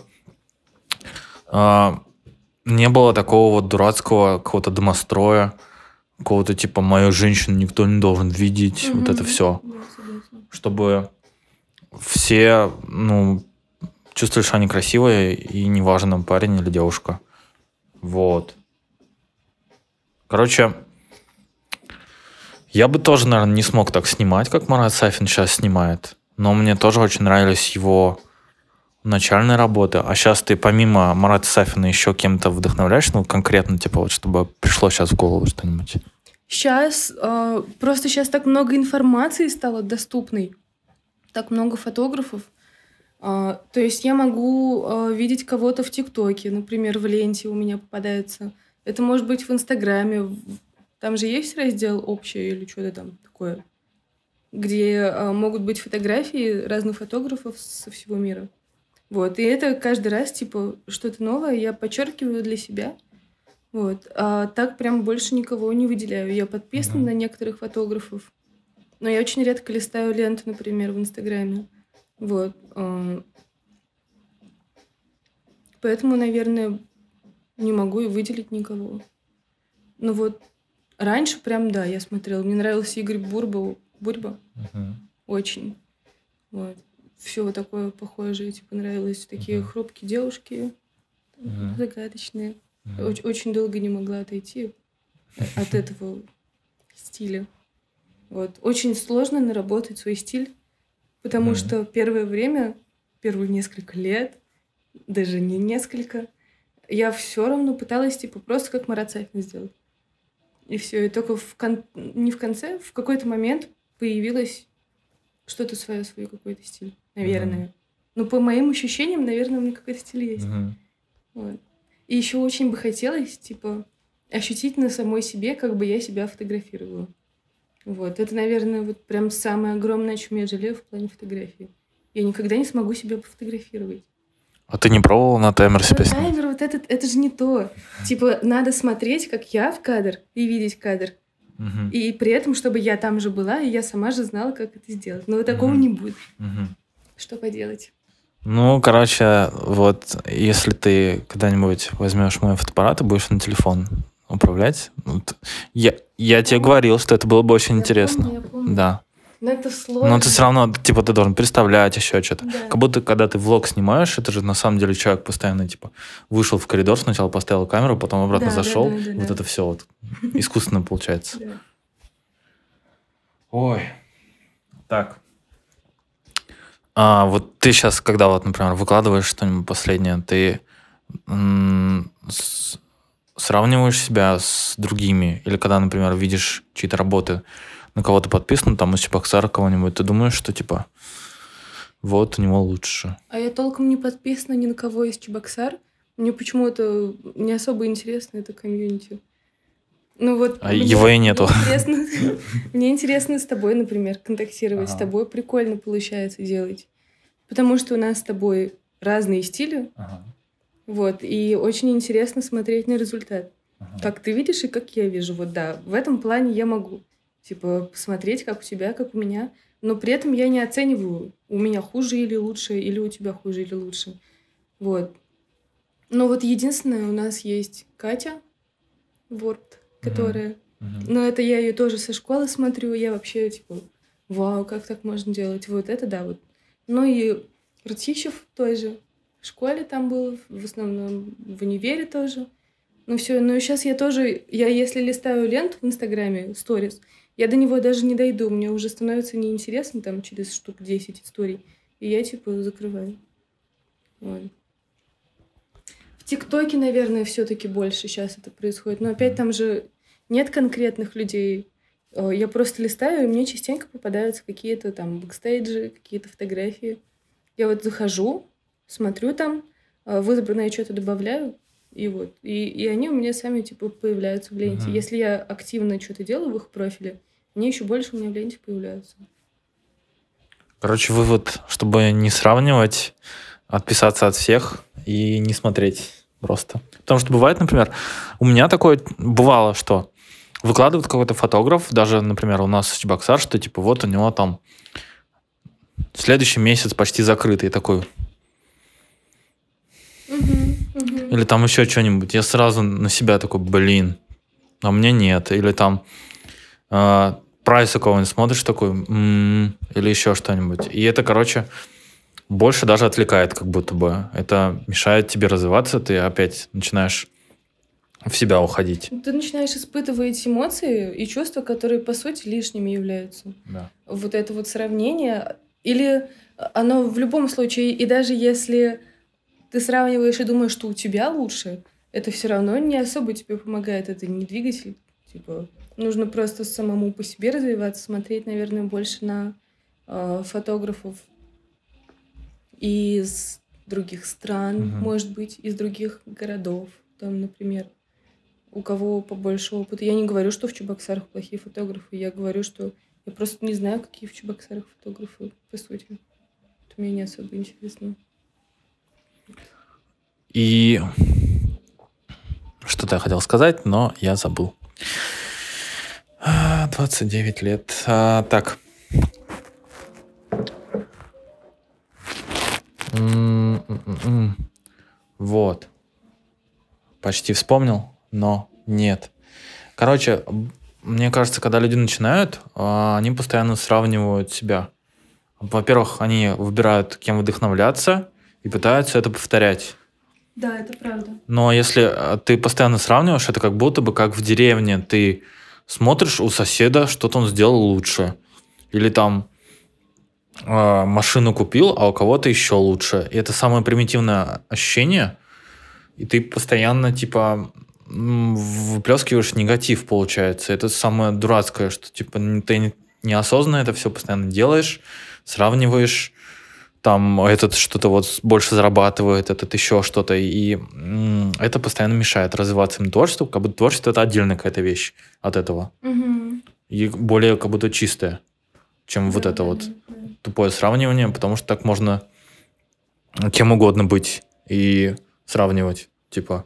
э, не было такого вот дурацкого какого-то домостроя, какого-то типа мою женщину никто не должен видеть, mm-hmm. вот это все. Yeah, чтобы все, ну, чувствовали, что они красивые, и неважно, парень или девушка. Вот. Короче, я бы тоже, наверное, не смог так снимать, как Марат Сафин сейчас снимает. Но мне тоже очень нравились его начальные работы. А сейчас ты помимо Марата Сафина еще кем-то вдохновляешь? Ну, конкретно, типа, вот, чтобы пришло сейчас в голову что-нибудь.
Сейчас, э, просто сейчас так много информации стало доступной. Так много фотографов. А, то есть я могу а, видеть кого-то в ТикТоке, например, в ленте у меня попадается. Это может быть в Инстаграме. Там же есть раздел «Общее» или что-то там такое, где а, могут быть фотографии разных фотографов со всего мира. Вот. И это каждый раз типа что-то новое я подчеркиваю для себя. Вот. А так прям больше никого не выделяю. Я подписана да. на некоторых фотографов. Но я очень редко листаю ленту, например, в Инстаграме. Вот. Поэтому, наверное, не могу и выделить никого. Но вот раньше прям, да, я смотрела. Мне нравился Игорь Бурба. Бурба. Uh-huh. Очень. Вот. все такое похожее, типа нравилось. Такие
Мгм.
хрупкие девушки,
Мгм.
загадочные.
Мгм.
Оч- очень долго не могла отойти от этого стиля. Вот. Очень сложно наработать свой стиль, потому
Мгм.
что первое время, первые несколько лет, даже не несколько, я все равно пыталась, типа, просто как Марат Сафин сделать. И все. И только в кон- не в конце, в какой-то момент появилось что-то свое, свой какой-то стиль, наверное. Ну, по моим ощущениям, наверное, у меня какой-то стиль есть.
Мгм.
Вот. И еще очень бы хотелось, типа, ощутить на самой себе, как бы я себя фотографировала. Вот. Это, наверное, вот прям самое огромное, о чем я жалею в плане фотографии. Я никогда не смогу себя пофотографировать.
А ты не пробовал на таймер
Ну,
себя снять?
таймер, вот этот, это же не то. Типа, надо смотреть, как я в кадр, и видеть кадр.
Мгм.
И при этом, чтобы я там же была, и я сама же знала, как это сделать. Но такого
Мгм.
не будет.
Мгм.
Что поделать?
Ну, короче, вот если ты когда-нибудь возьмешь мой фотоаппарат и будешь на телефон управлять, вот, я, я тебе говорил, что это было бы очень
Я
интересно.
помню, я помню.
Да.
Но это сложно.
Но ты все равно, типа, ты должен представлять еще что-то.
Да.
Как будто, когда ты влог снимаешь, это же на самом деле человек постоянно, типа, вышел в коридор, сначала поставил камеру, потом обратно
Да, да,
зашел.
да, да,
Вот
да.
это все вот искусственно получается.
Да.
Ой. Так. А вот ты сейчас, когда вот, например, выкладываешь что-нибудь последнее, ты м, с- сравниваешь себя с другими? Или когда, например, видишь чьи-то работы, на кого-то подписан, там, из Чебоксара кого-нибудь, ты думаешь, что, типа, вот, у него лучше.
А я толком не подписана ни на кого из Чебоксар. Мне почему-то не особо интересно это комьюнити. Ну вот
А
мне,
его и
мне
нету.
интересно, мне интересно с тобой, например, контактировать. С
Ага.
тобой прикольно получается делать. Потому что у нас с тобой разные стили.
Ага,
Вот, и очень интересно смотреть на результат.
ага.
Как ты видишь и как я вижу. Вот да, в этом плане я могу, типа, посмотреть, как у тебя, как у меня. Но при этом я не оцениваю, у меня хуже или лучше, или у тебя хуже или лучше. Вот. Но вот единственное, у нас есть Катя Ворд,
Мгм.
которая...
Мгм.
Но это я ее тоже со школы смотрю, я вообще, типа, вау, как так можно делать? Вот это да, вот. Ну и Ртищев тоже. В школе там был, в основном в универе тоже. Ну все, ну и сейчас я тоже, я если листаю ленту в Инстаграме, сторис, я до него даже не дойду, мне уже становится неинтересно там через штук десять историй, и я типа закрываю. Вот. В ТикТоке, наверное, все-таки больше сейчас это происходит, но опять там же нет конкретных людей. Э, Я просто листаю, и мне частенько попадаются какие-то там бэкстейджи, какие-то фотографии. Я вот захожу, смотрю там, э, в избранное что-то добавляю, и вот. И, и они у меня сами, типа, появляются в ленте.
Мгм.
Если я активно что-то делаю в их профиле, они еще больше у меня в ленте появляются.
Короче, вывод, чтобы не сравнивать, отписаться от всех и не смотреть просто. Потому что бывает, например, у меня такое бывало, что выкладывает какой-то фотограф, даже, например, у нас в Чебоксар, что типа вот у него там следующий месяц почти закрытый, и такой, или там еще что-нибудь. Я сразу на себя такой, блин, а мне нет. Или там э, прайс у кого-нибудь смотришь такой, «М-м», или еще что-нибудь. И это, короче, больше даже отвлекает, как будто бы. Это мешает тебе развиваться, ты опять начинаешь в себя уходить.
Ты начинаешь испытывать эмоции и чувства, которые, по сути, лишними являются.
Да.
Вот это вот сравнение, или оно в любом случае, и даже если ты сравниваешь и думаешь, что у тебя лучше, это все равно не особо тебе помогает, это не двигатель. Типа, нужно просто самому по себе развиваться, смотреть, наверное, больше на э, фотографов из других стран,
Мгм.
может быть, из других городов, там, например, у кого побольше опыта. Я не говорю, что в Чебоксарах плохие фотографы, я говорю, что я просто не знаю, какие в Чебоксарах фотографы, по сути. Это мне не особо интересно.
И что-то я хотел сказать, но я забыл. А, двадцать девять лет. А, так. М-м-м-м. Вот. Почти вспомнил, но нет. Короче, м, мне кажется, когда люди начинают, а, они постоянно сравнивают себя. Во-первых, они выбирают, кем вдохновляться, и пытаются это повторять.
Да, это правда.
Но если ты постоянно сравниваешь, это как будто бы как в деревне. Ты смотришь у соседа, что-то он сделал лучше. Или там э, машину купил, а у кого-то еще лучше. И это самое примитивное ощущение. И ты постоянно, типа, выплескиваешь негатив, получается. Это самое дурацкое, что, типа, ты неосознанно это все постоянно делаешь, сравниваешь. Там этот что-то вот больше зарабатывает, этот еще что-то. И м, это постоянно мешает развиваться им творчеству, как будто творчество — это отдельная какая-то вещь от этого.
Угу.
И более как будто чистое, чем да, вот это да, вот да. тупое сравнивание, потому что так можно кем угодно быть и сравнивать. Типа,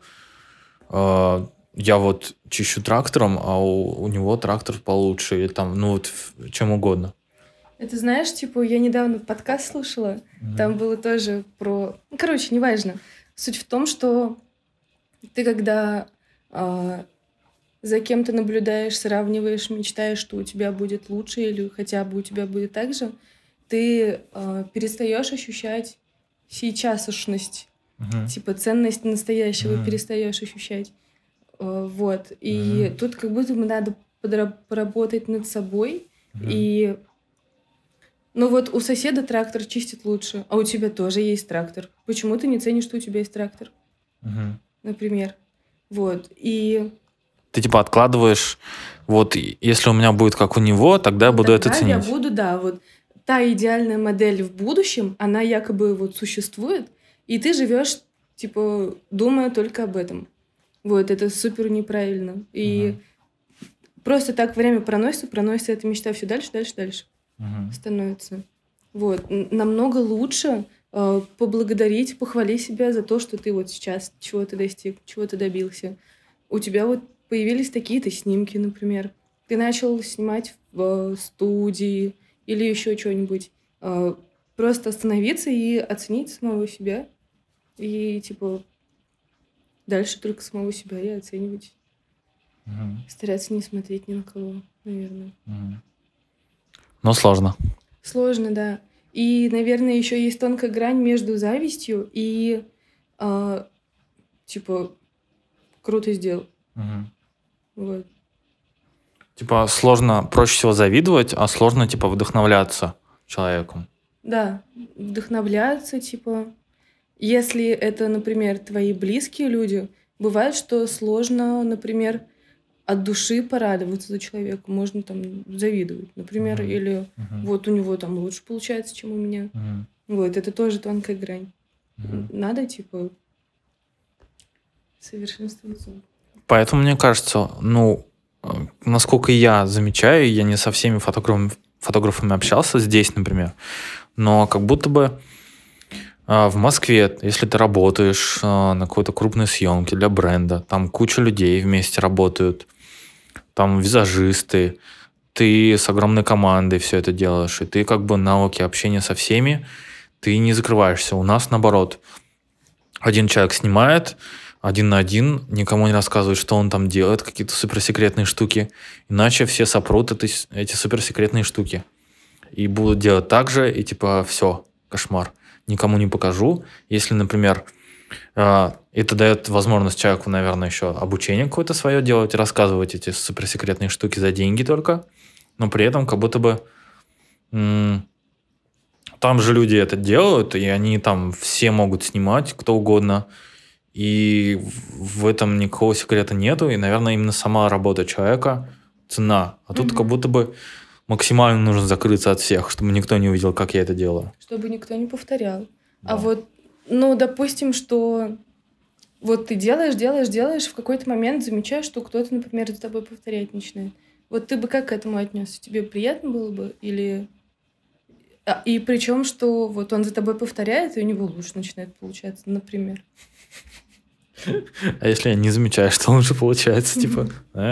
э, я вот чищу трактором, а у, у него трактор получше. Или там, ну вот чем угодно.
Это знаешь, типа, я недавно подкаст слушала, mm-hmm. там было тоже про... Ну, короче, неважно. Суть в том, что ты когда э, за кем-то наблюдаешь, сравниваешь, мечтаешь, что у тебя будет лучше или хотя бы у тебя будет так же, ты э, перестаешь ощущать сейчасшность, mm-hmm. типа ценность настоящего mm-hmm. перестаешь ощущать. Э, вот. И mm-hmm. тут как будто бы надо подра- поработать над собой mm-hmm. и... Ну вот у соседа трактор чистит лучше, а у тебя тоже есть трактор. Почему ты не ценишь, что у тебя есть трактор?
Угу.
Например. Вот. И...
Ты типа откладываешь, вот если у меня будет как у него, тогда я буду
тогда
это ценить.
Я буду, да, вот та идеальная модель в будущем, она якобы вот существует, и ты живешь, типа, думая только об этом. Вот, это супер неправильно. И угу. просто так время проносится, проносится эта мечта все дальше, дальше, дальше.
Угу.
становится. Вот. Намного лучше э, поблагодарить, похвали себя за то, что ты вот сейчас чего-то достиг, чего ты добился. У тебя вот появились такие-то снимки, например. Ты начал снимать в э, студии или еще что-нибудь. Э, просто остановиться и оценить самого себя. И, типа, дальше только самого себя и оценивать.
Угу.
Стараться не смотреть ни на кого, наверное.
Угу. Но сложно.
Сложно, да. И, наверное, еще есть тонкая грань между завистью и, э, типа, круто сделал.
Угу.
Вот.
Типа, сложно, проще всего завидовать, а сложно, типа, вдохновляться человеком.
Да, вдохновляться, типа... Если это, например, твои близкие люди, бывает, что сложно, например... от души порадоваться за человека, можно там завидовать, например, uh-huh. или uh-huh. вот у него там лучше получается, чем у меня.
Uh-huh.
Вот, это тоже тонкая грань.
Uh-huh.
Надо, типа, совершенствоваться.
Поэтому, мне кажется, ну, насколько я замечаю, я не со всеми фотографами, фотографами общался здесь, например, но как будто бы в Москве, если ты работаешь на какой-то крупной съемке для бренда, там куча людей вместе работают, там визажисты, ты с огромной командой все это делаешь, и ты как бы навыки общения со всеми, ты не закрываешься. У нас наоборот. Один человек снимает, один на один, никому не рассказывает, что он там делает, какие-то суперсекретные штуки, иначе все сопрут это, эти суперсекретные штуки. И будут делать так же, и типа все, кошмар. Никому не покажу. Если, например, это дает возможность человеку, наверное, еще обучение какое-то свое делать, рассказывать эти суперсекретные штуки за деньги только, но при этом как будто бы м- там же люди это делают, и они там все могут снимать, кто угодно, и в этом никакого секрета нету, и, наверное, именно сама работа человека цена. А тут mm-hmm. как будто бы максимально нужно закрыться от всех, чтобы никто не увидел, как я это делаю.
Чтобы никто не повторял.
Да.
А вот, ну, допустим, что вот ты делаешь, делаешь, делаешь, в какой-то момент замечаешь, что кто-то, например, за тобой повторять начинает. Вот ты бы как к этому отнесся? Тебе приятно было бы? Или... А, и причем, что вот он за тобой повторяет, и у него лучше начинает получаться, например.
А если я не замечаю, что лучше получается, типа,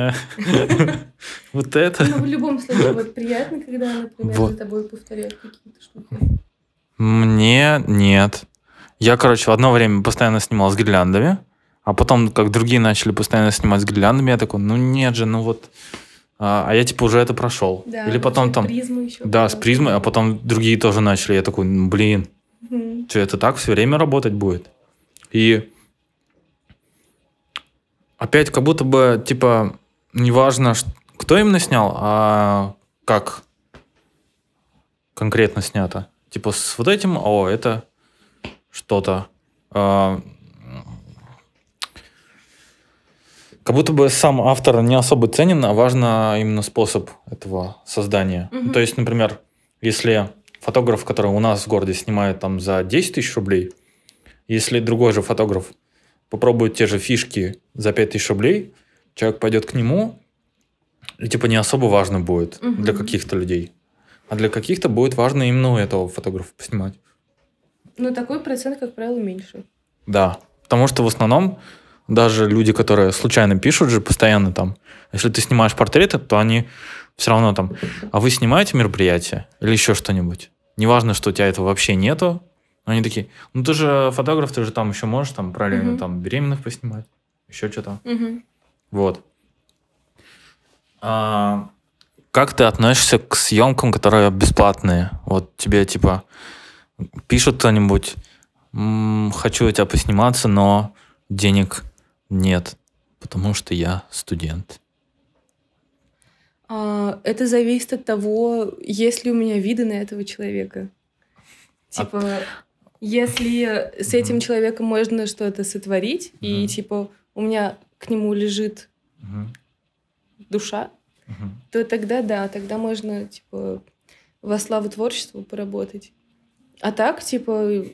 вот это?
Ну, в любом случае, вот приятно, когда, например, за тобой повторяют какие-то штуки.
Мне нет. Я, короче, в одно время постоянно снимал с гирляндами, а потом, как другие начали постоянно снимать с гирляндами, я такой, ну нет же, ну вот а, а я типа уже это прошел.
Да,
Или потом там...
призму еще.
Да, с призмой, а потом другие тоже начали. Я такой, «Ну, блин,
Мгм.
что это так все время работать будет? И опять как будто бы, типа, неважно, ш- кто именно снял, а как конкретно снято. Типа с вот этим, о, это что-то. а, Как будто бы сам автор не особо ценен, а важно именно способ этого создания. Ну,
Мгм.
то есть, например, если фотограф, который у нас в городе снимает там за десять тысяч рублей, если другой же фотограф попробует те же фишки за пять тысяч рублей, человек пойдет к нему, и типа не особо важно будет
Мгм.
для каких-то людей. А для каких-то будет важно именно у этого фотографа поснимать.
Ну, такой процент, как правило, меньше.
Да, потому что в основном даже люди, которые случайно пишут же постоянно там, если ты снимаешь портреты, то они все равно там, а вы снимаете мероприятие или еще что-нибудь? Неважно, что у тебя этого вообще нету, но они такие, ну ты же фотограф, ты же там еще можешь там параллельно
Мгм.
там беременных поснимать, еще что-то.
Мгм.
Вот. А как ты относишься к съемкам, которые бесплатные? Вот тебе типа пишут кто-нибудь, «М, хочу у тебя посниматься, но денег нет, потому что я студент».
А, это зависит от того, есть ли у меня виды на этого человека.
А-
Типа, если с этим
Мгм.
человеком можно что-то сотворить, и
Мгм.
типа у меня к нему лежит
Мгм.
душа,
Мгм.
то тогда да, тогда можно типа во славу творчества поработать. А так, типа,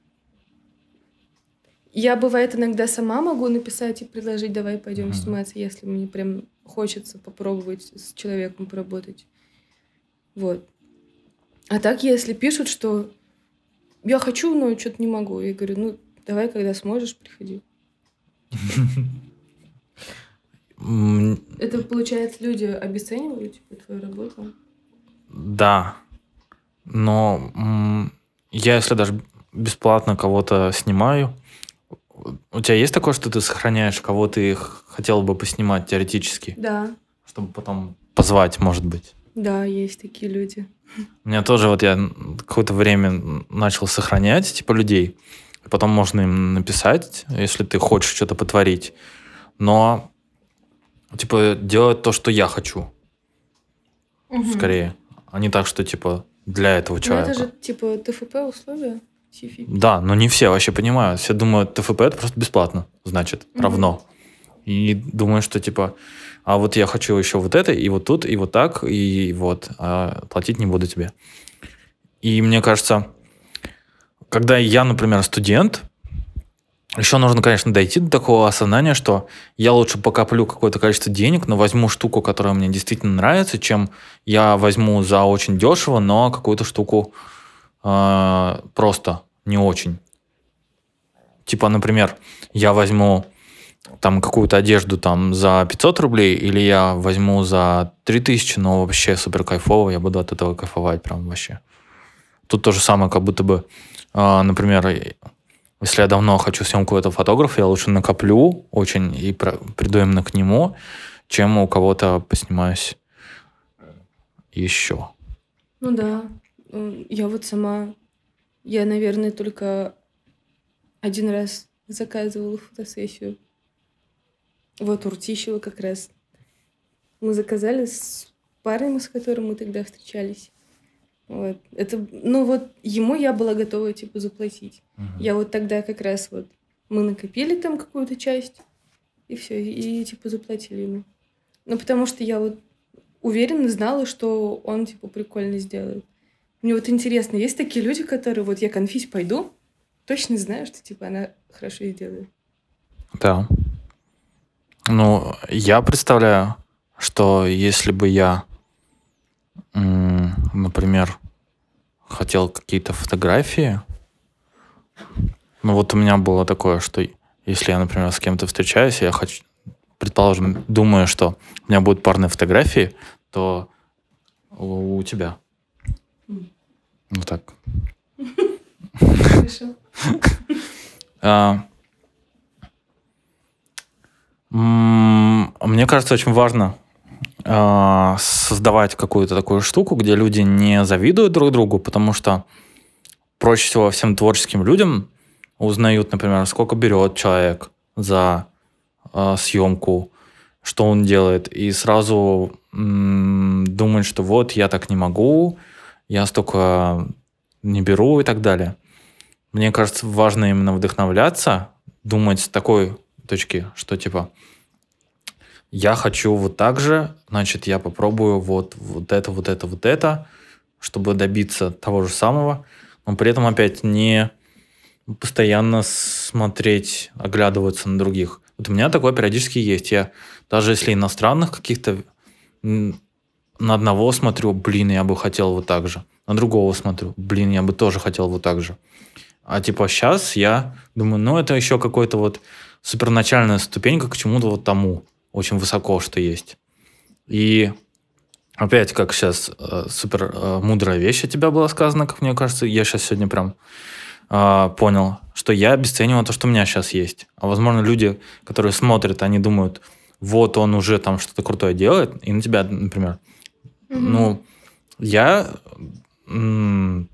я бывает иногда сама могу написать и предложить, давай пойдем
Мгм.
сниматься, если мне прям хочется попробовать с человеком поработать. Вот. А так, если пишут, что я хочу, но что-то не могу, я говорю, ну, давай, когда сможешь, приходи.
М,
Это, получается, люди обесценивают типа, твою работу?
Да, но м, я если даже бесплатно кого-то снимаю, у тебя есть такое, что ты сохраняешь, кого ты х- хотел бы поснимать теоретически,
Да,
чтобы потом позвать, может быть?
да, есть такие люди.
У меня тоже вот я н- какое-то время н- начал сохранять, типа, людей. И потом можно им написать, если ты хочешь что-то потворить. Но, типа, делать то, что я хочу, скорее. А не так, что, типа, для этого
Ну,
человека.
это же типа ТФП условия. Тифи.
Да, но не все вообще понимают. Все думают, ТФП это просто бесплатно, значит,
Мгм.
равно. И думают, что типа, а вот я хочу еще вот это, и вот тут, и вот так, и вот, а платить не буду тебе. И мне кажется, когда я, например, студент, еще нужно, конечно, дойти до такого осознания, что я лучше покоплю какое-то количество денег, но возьму штуку, которая мне действительно нравится, чем я возьму за очень дешево, но какую-то штуку э, просто не очень. Типа, например, я возьму там какую-то одежду там за пятьсот рублей, или я возьму за три тысячи, но вообще супер кайфово, я буду от этого кайфовать прям вообще. Тут то же самое, как будто бы, э, например, если я давно хочу съемку этого фотографа, я лучше накоплю очень и про- приду именно к нему, чем у кого-то поснимаюсь еще.
Ну да. М, Я вот сама, я, наверное, только один раз заказывала фотосессию. Вот у Ртищева как раз. Мы заказали с парнем, с которым мы тогда встречались. Вот. Это, ну вот ему я была готова, типа, заплатить.
Мгм.
Я вот тогда как раз вот, мы накопили там какую-то часть, и все, и, типа, заплатили ему. Ну, потому что я вот уверенно знала, что он, типа, прикольно сделает. Мне вот интересно, есть такие люди, которые вот я конфись пойду, точно знаю, что, типа, она хорошо сделает.
Да. Ну, я представляю, что если бы я, м, например, хотел какие-то фотографии, ну вот у меня было такое, что если я, например, с кем-то встречаюсь, я хочу, предположим, думаю, что у меня будут парные фотографии, то у, у тебя.
М.
Ну так.
Хорошо.
А, м, Мне кажется, очень важно э, создавать какую-то такую штуку, где люди не завидуют друг другу, потому что проще всего всем творческим людям узнают, например, сколько берет человек за э, съемку, что он делает, и сразу м, думают, что вот я так не могу, я столько не беру и так далее. Мне кажется, важно именно вдохновляться, думать с такой точки, что типа я хочу вот так же, значит, я попробую вот, вот это, вот это, вот это, чтобы добиться того же самого, но при этом опять не постоянно смотреть, оглядываться на других. Вот у меня такое периодически есть. Я даже если иностранных каких-то м, на одного смотрю, блин, я бы хотел вот так же. На другого смотрю, блин, я бы тоже хотел вот так же. А типа сейчас я думаю, ну это еще какой-то вот суперначальная ступенька к чему-то вот тому, очень высоко, что есть. И опять, как сейчас э, супер э, мудрая вещь от тебя была сказана, как мне кажется, я сейчас сегодня прям э, понял, что я обесцениваю то, что у меня сейчас есть. А возможно, люди, которые смотрят, они думают, вот он уже там что-то крутое делает, и на тебя, например.
Мгм.
Ну, я м,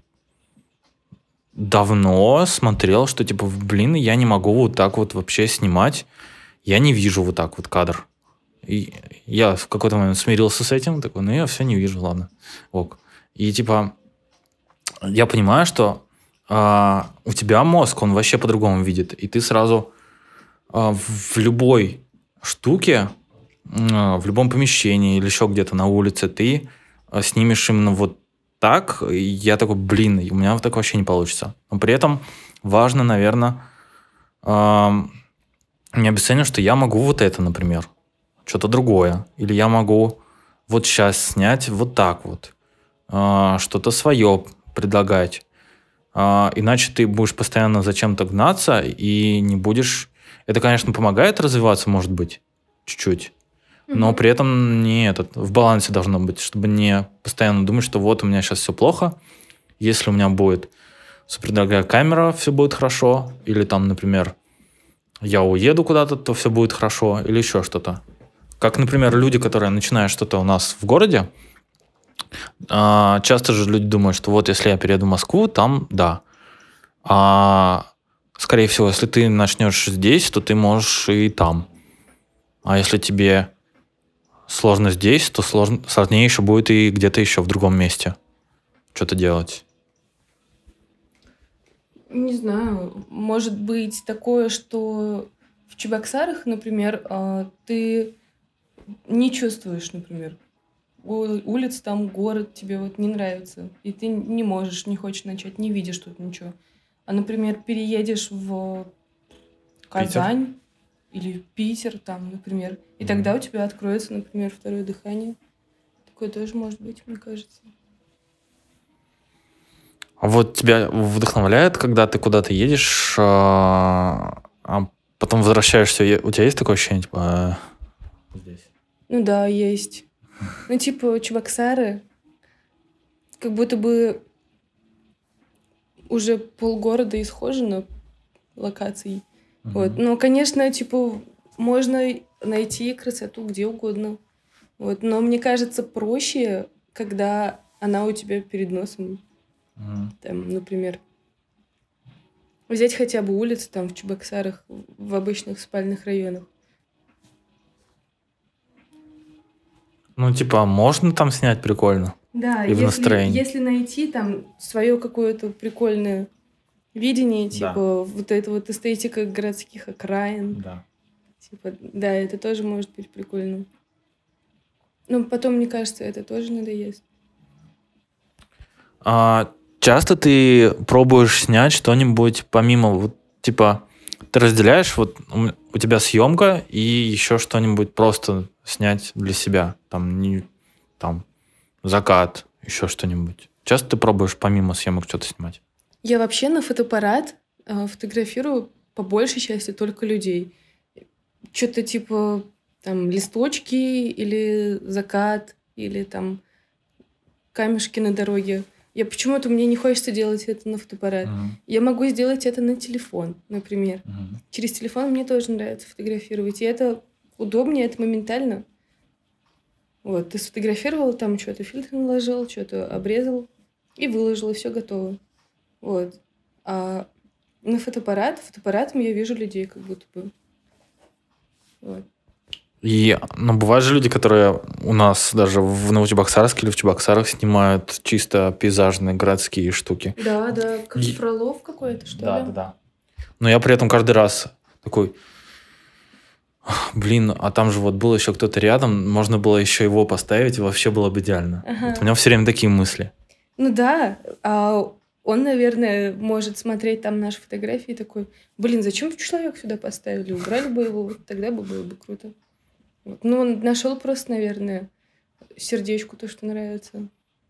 давно смотрел, что типа, блин, я не могу вот так вот вообще снимать, я не вижу вот так вот кадр. И я в какой-то момент смирился с этим, такой, ну я все не вижу, ладно, ок. И типа, я понимаю, что а, у тебя мозг, он вообще по-другому видит, и ты сразу а, в в любой штуке, м, а, в любом помещении или еще где-то на улице, ты а, снимешь именно вот так. И я такой, блин, и у меня вот так вообще не получится. Но при этом важно, наверное, не обесценивать, что я могу вот это, например, что-то другое. Или я могу вот сейчас снять вот так вот, а, что-то свое предлагать. А, иначе ты будешь постоянно за чем-то гнаться и не будешь... Это, конечно, помогает развиваться, может быть, чуть-чуть, но
Мгм.
при этом не этот, в балансе должно быть, чтобы не постоянно думать, что вот у меня сейчас все плохо, если у меня будет супердорогая камера, все будет хорошо, или там, например, я уеду куда-то, то все будет хорошо, или еще что-то. Как, например, люди, которые начинают что-то у нас в городе, а, часто же люди думают, что вот если я перееду в Москву, там да. А скорее всего, если ты начнешь здесь, то ты можешь и там. А если тебе сложно здесь, то сложно, сложнее еще будет и где-то еще в другом месте что-то делать.
Не знаю, может быть такое, что в Чебоксарах, например, а, ты не чувствуешь, например, у- улиц там, город тебе вот не нравится, и ты не можешь, не хочешь начать, не видишь тут ничего. А, например, переедешь в
Питер.
Казань или в Питер там, например, и тогда у тебя откроется, например, второе дыхание. Такое тоже может быть, мне кажется.
А вот тебя вдохновляет, когда ты куда-то едешь, а а потом возвращаешься, и у тебя есть такое ощущение, типа, а, здесь?
Ну да, есть. Ну, типа, Чебоксары, как будто бы уже полгорода исхожено локаций. Вот.
Мгм.
Но, конечно, типа, можно найти красоту где угодно. Вот. Но мне кажется, проще, когда она у тебя перед носом.
Мгм.
Там, например, взять хотя бы улицы там в Чебоксарах, в обычных спальных районах.
Ну, типа, можно там снять прикольно
Да,
и в
если,
настроении.
если найти там свое какое-то прикольное видение,
Да.
типа вот эта вот эстетика городских окраин,
Да.
типа, да, это тоже может быть прикольно. Но потом, мне кажется, это тоже надоест.
А часто ты пробуешь снять что-нибудь помимо, вот, типа, ты разделяешь, вот у м- у тебя съемка и еще что-нибудь просто снять для себя, там, не, там, закат, еще что-нибудь. Часто ты пробуешь помимо съемок что-то снимать?
Я вообще на фотоаппарат э, фотографирую по большей части только людей. Что-то типа там листочки или закат, или там камешки на дороге. Я почему-то мне не хочется делать это на фотоаппарат.
Мгм.
Я могу сделать это на телефон, например.
Мгм.
Через телефон мне тоже нравится фотографировать. И это удобнее, это моментально. Вот, ты сфотографировал, там что-то фильтр наложил, что-то обрезал и выложил, и все готово. Вот. А на фотоаппарат, фотоаппаратом я вижу людей как будто бы. Вот.
И, ну, бывают же люди, которые у нас даже в Новочебоксарске или в Чебоксарах снимают чисто пейзажные городские штуки.
Да, да, как
И-
Фролов какой-то, что
Да,
ли?
да, да. Но я при этом каждый раз такой, блин, а там же вот был еще кто-то рядом, можно было еще его поставить, и вообще было бы идеально.
Ага.
Вот у меня все время такие мысли.
Ну да, а он, наверное, может смотреть там наши фотографии и такой, блин, зачем человек сюда поставили? Убрали бы его, вот тогда бы было бы круто. Вот. Ну, он нашел просто, наверное, сердечку то, что нравится.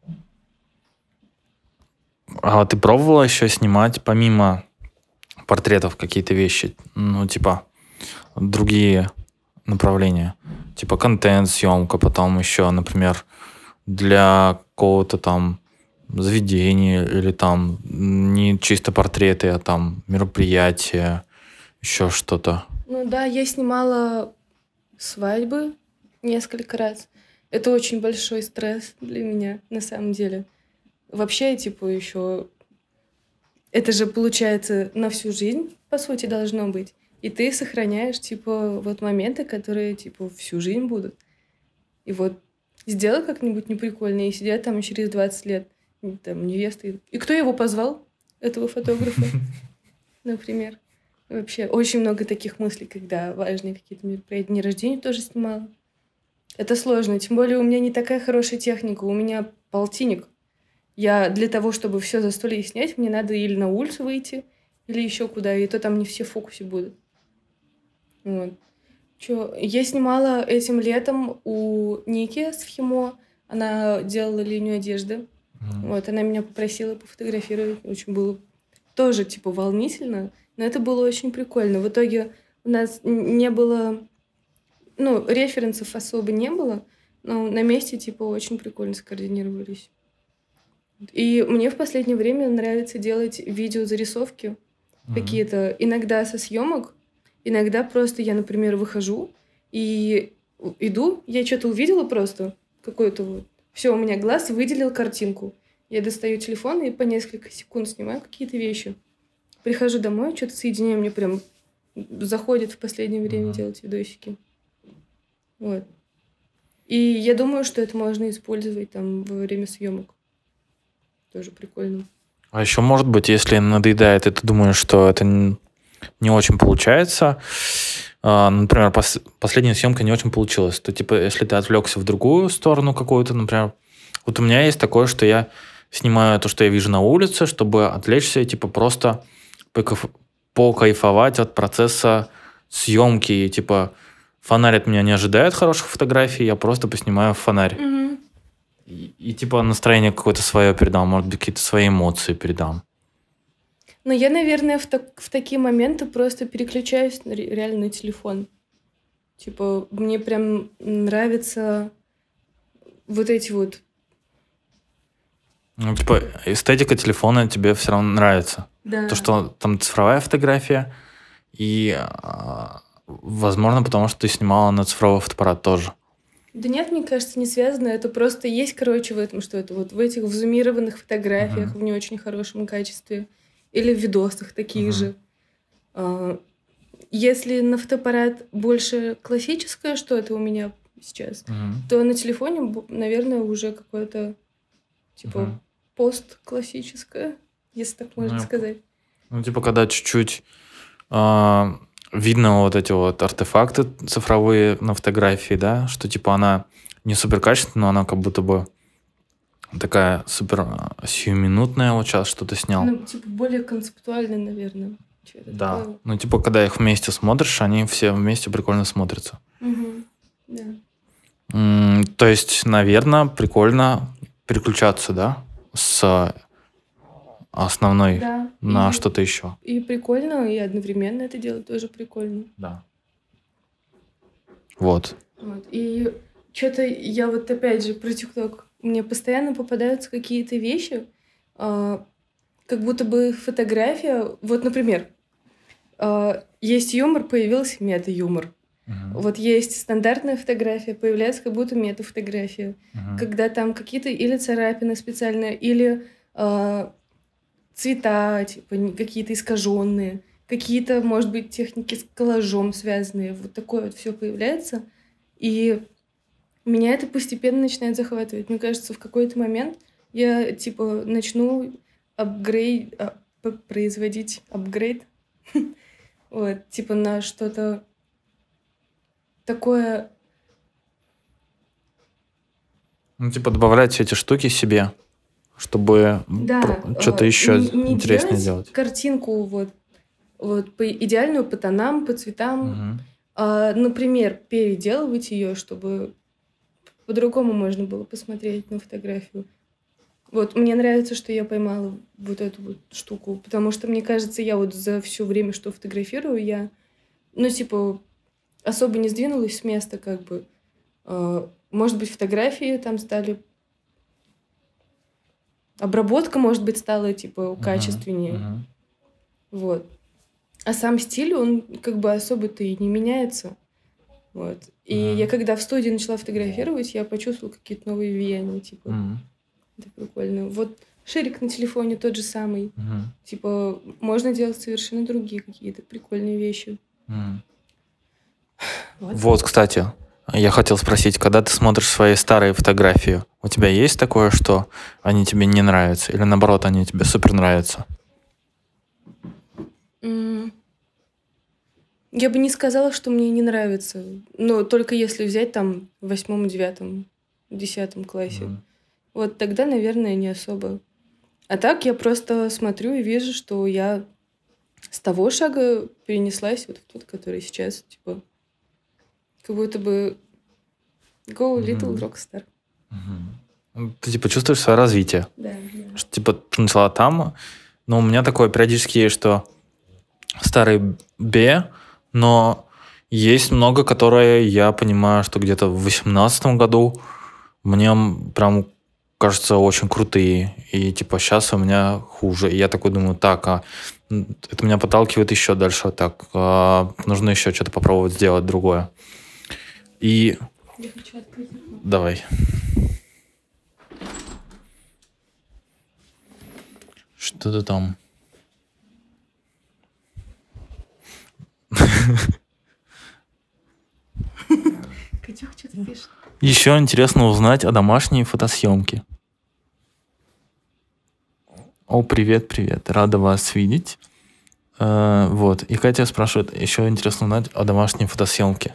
А ты пробовала еще снимать помимо портретов какие-то вещи? Ну, типа, другие направления. Типа контент, съемка, потом еще, например, для какого-то там заведения или там не чисто портреты, а там мероприятия, еще что-то.
Ну да, я снимала свадьбы несколько раз. Это очень большой стресс для меня, на самом деле. Вообще, типа, еще... Это же, получается, на всю жизнь, по сути, должно быть. И ты сохраняешь, типа, вот моменты, которые, типа, всю жизнь будут. И вот сделай как-нибудь неприкольно, и сидят там через двадцать лет, м, там, невесты. И кто его позвал, этого фотографа, например? Вообще, очень много таких мыслей, когда важные какие-то мероприятия. Дни рождения тоже снимала. Это сложно. Тем более у меня не такая хорошая техника. У меня полтинник. Я для того, чтобы все застолье снять, мне надо или на улицу выйти, или еще куда. И то там не все в фокусе будут. Вот. Чё? Я снимала этим летом у Ники с Фхимо. Она делала линию одежды.
Мгм.
Вот, она меня попросила пофотографировать. Очень было тоже, типа, волнительно, но это было очень прикольно. В итоге у нас н- не было... Ну, референсов особо не было, но на месте, типа, очень прикольно скоординировались. И мне в последнее время нравится делать видеозарисовки
Мгм.
какие-то, иногда со съемок, иногда просто я, например, выхожу и у- иду, я что-то увидела просто, какой-то вот, все, у меня глаз выделил картинку. Я достаю телефон и по несколько секунд снимаю какие-то вещи. Прихожу домой, что-то соединяю, мне прям заходит в последнее время
Мгм.
делать видосики. Вот. И я думаю, что это можно использовать там во время съемок. Тоже прикольно.
А еще, может быть, если надоедает, и ты думаешь, что это н- не очень получается, а, например, пос- последняя съемка не очень получилась, то, типа, если ты отвлекся в другую сторону какую-то, например, вот у меня есть такое, что я снимаю то, что я вижу на улице, чтобы отвлечься и, типа, просто покайф- покайфовать от процесса съемки. И, типа, фонарь от меня не ожидает хороших фотографий, я просто поснимаю в фонарь.
Мгм.
И, и, типа, настроение какое-то свое передам, может быть, какие-то свои эмоции передам.
Но я, наверное, в, так- в такие моменты просто переключаюсь на ре- реально на телефон. Типа, мне прям нравятся вот эти вот...
Ну, типа, эстетика телефона тебе все равно нравится.
Да.
То, что там цифровая фотография, и, а, возможно, потому что ты снимала на цифровой фотоаппарат тоже.
Да нет, мне кажется, не связано. Это просто есть, короче, в этом, что это вот в этих в зумированных фотографиях
Мгм.
в не очень хорошем качестве или в видосах таких
Мгм.
же. А, Если на фотоаппарат больше классическое что-то у меня сейчас,
Мгм.
то на телефоне, бу- наверное, уже какое-то типа
Мгм.
постклассическое, если так
Ну,
можно
я
сказать.
Ну, типа, когда чуть-чуть а, видно вот эти вот артефакты цифровые на фотографии, да, что типа она не супер качественная, но она как будто бы такая супер а, сиюминутная, вот сейчас что-то снял.
Ну, типа более концептуально, наверное. Что-то
Да.
такое.
Ну, типа, когда их вместе смотришь, они все вместе прикольно смотрятся.
Мгм. Да.
М, то есть, наверное, прикольно переключаться, да, с основной
Да.
на
И,
что-то еще.
и прикольно, и одновременно это делать тоже прикольно.
Да. Вот.
Вот. И что-то я вот опять же про ТикТок. Мне постоянно попадаются какие-то вещи, а, как будто бы фотография. Вот, например, а, есть юмор, появился мета-юмор.
Мгм.
Вот есть стандартная фотография, появляется как будто мета-фотография,
Мгм.
когда там какие-то или царапины специальные, или а, цвета, типа не- какие-то искаженные, какие-то, может быть, техники с коллажом связанные. Вот такое вот все появляется. И меня это постепенно начинает захватывать. Мне кажется, в какой-то момент я, типа, начну апгрейд, а, п- производить апгрейд, вот, типа, на что-то такое.
Ну, типа добавлять все эти штуки себе, чтобы
Да,
что-то
а,
еще
не, не
интереснее
делать
сделать.
картинку вот, вот по идеальную по тонам, по цветам,
Мгм.
а, например, переделывать ее, чтобы по-другому можно было посмотреть на фотографию. Вот мне нравится, что я поймала вот эту вот штуку, потому что мне кажется, я вот за все время, что фотографирую, я, ну, типа, особо не сдвинулась с места, как бы. А, Может быть, фотографии там стали, обработка, может быть, стала, типа,
Мгм.
качественнее.
Мгм.
Вот. А сам стиль, он как бы особо-то и не меняется. Вот. И я
Мгм.
когда в студии начала фотографировать, я почувствовала какие-то новые влияния, типа,
Мгм.
это прикольно. Вот ширик на телефоне тот же самый.
Мгм.
Типа, можно делать совершенно другие какие-то прикольные вещи.
Мгм.
Вот.
Вот, кстати, я хотел спросить, когда ты смотришь свои старые фотографии, у тебя есть такое, что они тебе не нравятся, или наоборот, они тебе супер нравятся?
М, Я бы не сказала, что мне не нравится. Но только если взять там в восьмом, девятом, десятом классе.
Мгм.
Вот тогда, наверное, не особо. А так я просто смотрю и вижу, что я с того шага перенеслась вот в тот, который сейчас, типа, как будто бы go little
Мгм.
rockstar.
Мгм. Ну, ты типа чувствуешь свое развитие.
Да, да.
Что, типа, ты начала там, но у меня такое периодически есть, что старый Б, но есть много, которые я понимаю, что где-то в восемнадцатом году мне м, прям кажется очень крутые. И типа сейчас у меня хуже. И я такой думаю, так, а м, это меня подталкивает еще дальше. Так, а, нужно еще что-то попробовать сделать другое. И
Я хочу открыть окно.
давай. Что-то там.
Катюх что-то пишет.
Еще интересно узнать о домашней фотосъемке. О, привет, привет. Рада вас видеть. Э, вот. И Катя спрашивает, еще интересно узнать о домашней фотосъемке.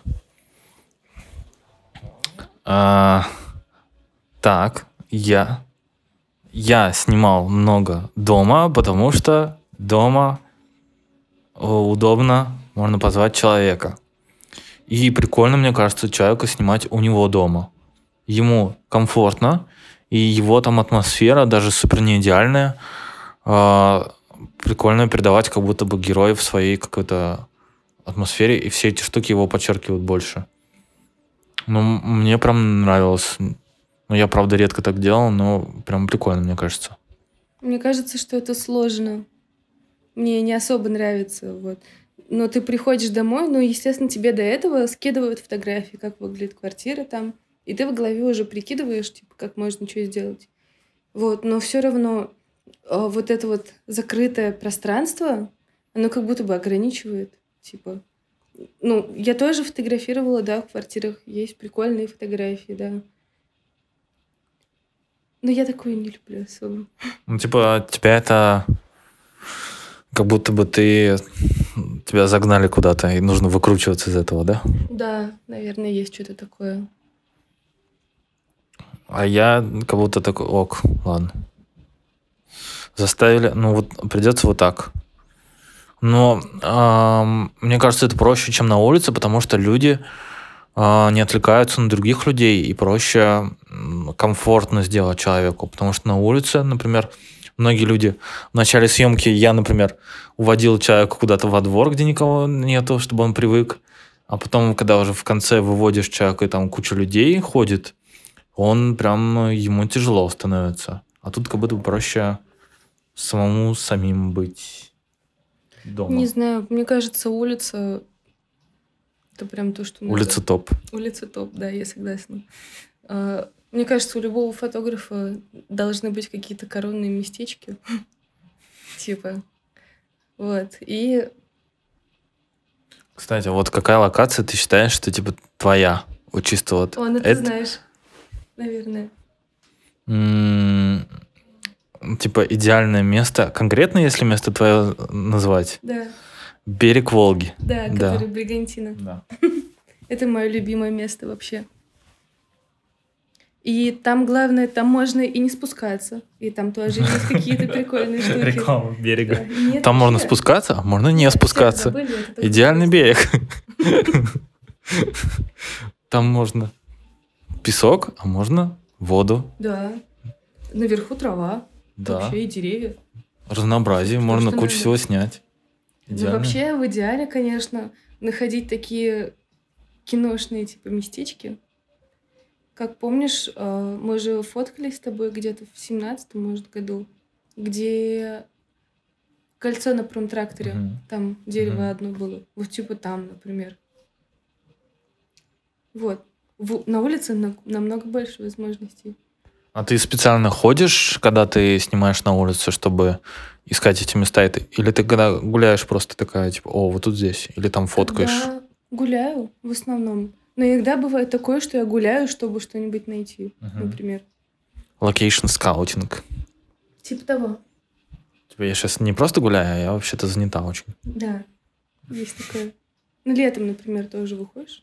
А, так, я, я снимал много дома, потому что дома э, удобно, можно позвать человека. И прикольно, мне кажется, человека снимать у него дома. Ему комфортно, и его там атмосфера, даже супер не идеальная, а, прикольно передавать как будто бы героя в своей какой-то атмосфере, и все эти штуки его подчеркивают больше. Ну, м- мне прям нравилось. Ну, я, правда, редко так делал, но прям прикольно, мне кажется.
Мне кажется, что это сложно. Мне не особо нравится, вот. Но ты приходишь домой, ну, естественно, тебе до этого скидывают фотографии, как выглядит квартира там, и ты в голове уже прикидываешь, типа, как можно что сделать. Вот, но все равно а, вот это вот закрытое пространство, оно как будто бы ограничивает, типа. Ну, я тоже фотографировала, да, в квартирах есть прикольные фотографии, да. Но я такое не люблю особо.
Ну, типа, тебя это как будто бы ты тебя загнали куда-то, и нужно выкручиваться из этого, да?
Да, наверное, есть что-то такое.
А я как будто такой, ок, ладно. Заставили, ну вот придется вот так. Но ам, мне кажется, это проще, чем на улице, потому что люди а, не отвлекаются на других людей, и проще м, комфортно сделать человеку. Потому что на улице, например, многие люди в начале съемки, я, например, уводил человека куда-то во двор, где никого нету, чтобы он привык. А потом, когда уже в конце выводишь человека, и там куча людей ходит, он прям, ему тяжело становится. А тут как будто бы проще самому самим быть
Не
дома.
знаю, мне кажется, улица Это прям то, что надо.
Улица топ.
Улица топ, да, я согласна. А, мне кажется, у любого фотографа должны быть какие-то коронные местечки. Типа. Вот. И...
Кстати, вот какая локация ты считаешь, что типа твоя? Вот чисто вот.
О, ну ты
это-
знаешь, наверное.
М, Типа идеальное место. Конкретно, если место твое назвать?
Да,
Берег Волги.
да,
Да.
который Бригантина.
Да.
Это мое любимое место вообще. И там главное, там можно и не спускаться. И там тоже есть какие-то прикольные штуки.
Реклама
Да.
берега.
Нет,
Там можно
вообще.
спускаться, а можно не
Нет, все
спускаться.
забыли, это только
Идеальный
здесь.
берег. Там можно песок, а можно воду.
Да. Наверху трава.
Да.
Вообще и деревья.
Разнообразие.
То,
Можно
что
кучу
надо.
всего снять.
Ну,
Идеально.
вообще, в идеале, конечно, находить такие киношные типа местечки. Как помнишь, э, мы же фоткались с тобой где-то в семнадцатом, может, году, где кольцо на промтракторе,
Мгм.
там дерево
Мгм.
одно было. Вот типа там, например. Вот. В- на улице на- намного больше возможностей.
А ты специально ходишь, когда ты снимаешь на улице, чтобы искать эти места? И ты- Или ты когда гуляешь, просто такая, типа, о, вот тут здесь? Или там фоткаешь?
Когда гуляю, в основном. Но иногда бывает такое, что я гуляю, чтобы что-нибудь найти,
Мгм.
например.
Локейшн скаутинг.
Типа того.
Типа, я сейчас не просто гуляю, а я вообще-то занята очень.
Да, есть такое. Ну, летом, например, тоже выходишь.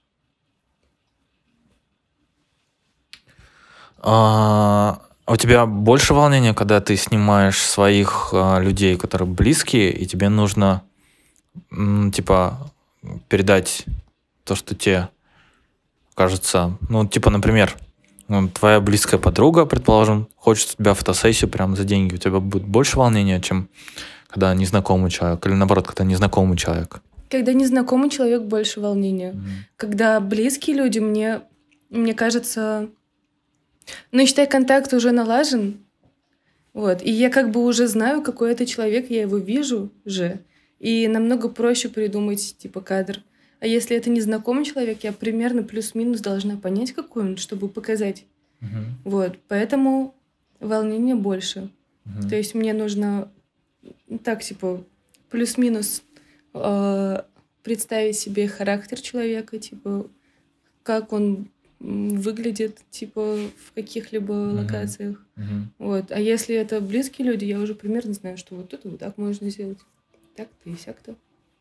А а у тебя больше волнения, когда ты снимаешь своих а, людей, которые близкие, и тебе нужно, м, типа, передать то, что тебе кажется... Ну, типа, например, ну, твоя близкая подруга, предположим, хочет у тебя фотосессию прям за деньги. У тебя будет больше волнения, чем когда незнакомый человек, или наоборот, когда незнакомый человек.
Когда незнакомый человек, больше волнения. Когда близкие люди, мне, мне кажется... Ну, считай, контакт уже налажен. Вот. И я как бы уже знаю, какой это человек, я его вижу же. И намного проще придумать, типа, кадр. А если это незнакомый человек, я примерно плюс-минус должна понять, какой он, чтобы показать.
Мгм.
Вот. Поэтому волнения больше.
Мгм.
То есть мне нужно ну, так, типа, плюс-минус э, представить себе характер человека, типа, как он м, выглядит, типа, в каких-либо
Мгм.
локациях.
Мгм.
Вот. А если это близкие люди, я уже примерно знаю, что вот это вот так можно сделать. Так-то и сяк-то.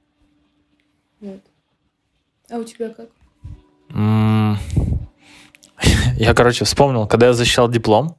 Вот. А у тебя как?
М, Я, короче, вспомнил, когда я защищал диплом,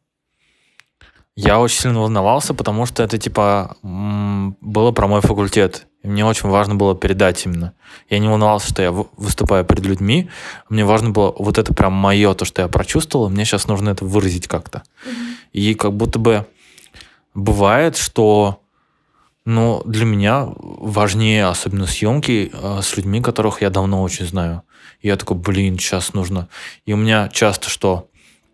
я очень сильно волновался, потому что это, типа, м, было про мой факультет. И мне очень важно было передать именно. Я не волновался, что я в- выступаю перед людьми. Мне важно было вот это прям мое, то, что я прочувствовал. Мне сейчас нужно это выразить как-то. И как будто бы бывает, что ну, для меня важнее, особенно съемки э, с людьми, которых я давно очень знаю. И я такой, блин, сейчас нужно. И у меня часто что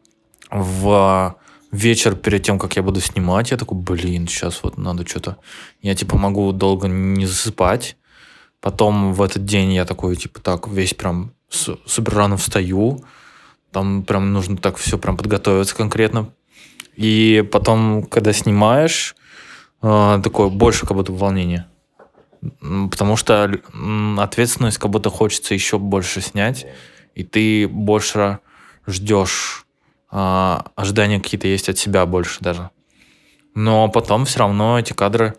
в вечер перед тем, как я буду снимать, я такой, блин, сейчас вот надо что-то. Я типа могу долго не засыпать. Потом в этот день я такой, типа, так, весь прям с- супер рано встаю. Там прям нужно так все прям подготовиться конкретно. И потом, когда снимаешь, э, такое больше как будто волнение. М, Потому что м, ответственность как будто хочется еще больше снять, и ты больше ждешь, а, ожидания какие-то есть от себя больше даже. Но потом все равно эти кадры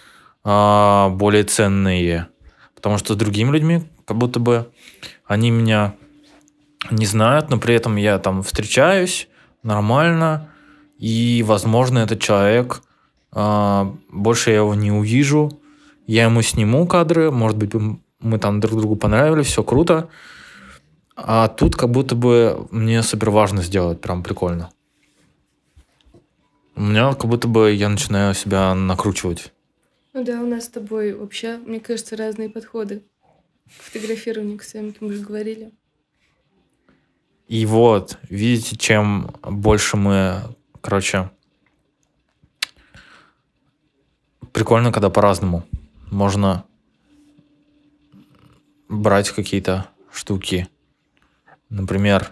а, более ценные, потому что с другими людьми как будто бы они меня не знают, но при этом я там встречаюсь нормально, и, возможно, этот человек, а, больше я его не увижу, я ему сниму кадры, может быть, м- мы там друг другу понравились, все круто, а тут как будто бы мне супер важно сделать, прям прикольно. У меня как будто бы я начинаю себя накручивать.
Ну да, у нас с тобой вообще, мне кажется, разные подходы к фотографированию, к съемке, мы же говорили.
И вот, видите, чем больше мы, короче, прикольно, когда по-разному. Можно брать какие-то штуки. Например,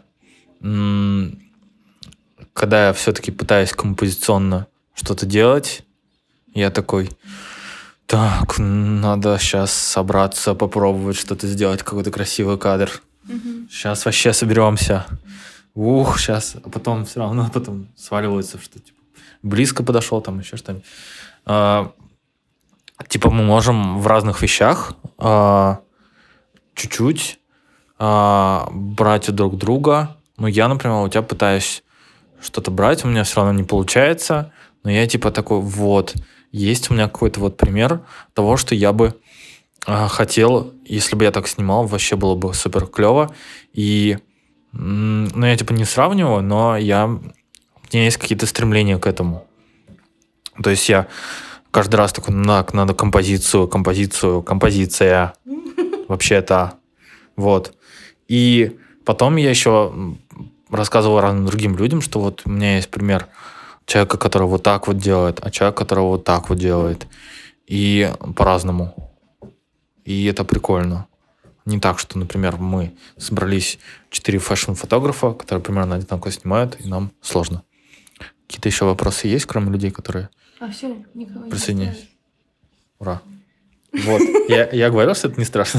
когда я все-таки пытаюсь композиционно что-то делать, я такой, так, надо сейчас собраться, попробовать что-то сделать, какой-то красивый кадр.
Мгм.
Сейчас вообще соберемся. Ух, сейчас. А потом все равно потом сваливается, что типа близко подошел, там еще что-нибудь. А, типа мы можем в разных вещах а, чуть-чуть а, брать у друг друга. Ну, я, например, у тебя пытаюсь что-то брать, у меня все равно не получается, но я типа такой, вот, есть у меня какой-то вот пример того, что я бы а, хотел, если бы я так снимал, вообще было бы супер клево. И, м, ну, я типа не сравниваю, но я, у меня есть какие-то стремления к этому. То есть я каждый раз такой, так, надо композицию, композицию, композиция, вообще-то, вот. И потом я еще м, рассказывал разным другим людям, что вот у меня есть пример человека, который вот так вот делает, а человек, который вот так вот делает. И по-разному. И это прикольно. Не так, что, например, мы собрались четыре фэшн-фотографа, которые примерно одинаково снимают, и нам сложно. Какие-то еще вопросы есть, кроме людей, которые
А все, никого не
присоединились?
осталось.
Ура. Вот. Я, я говорил, что это не страшно.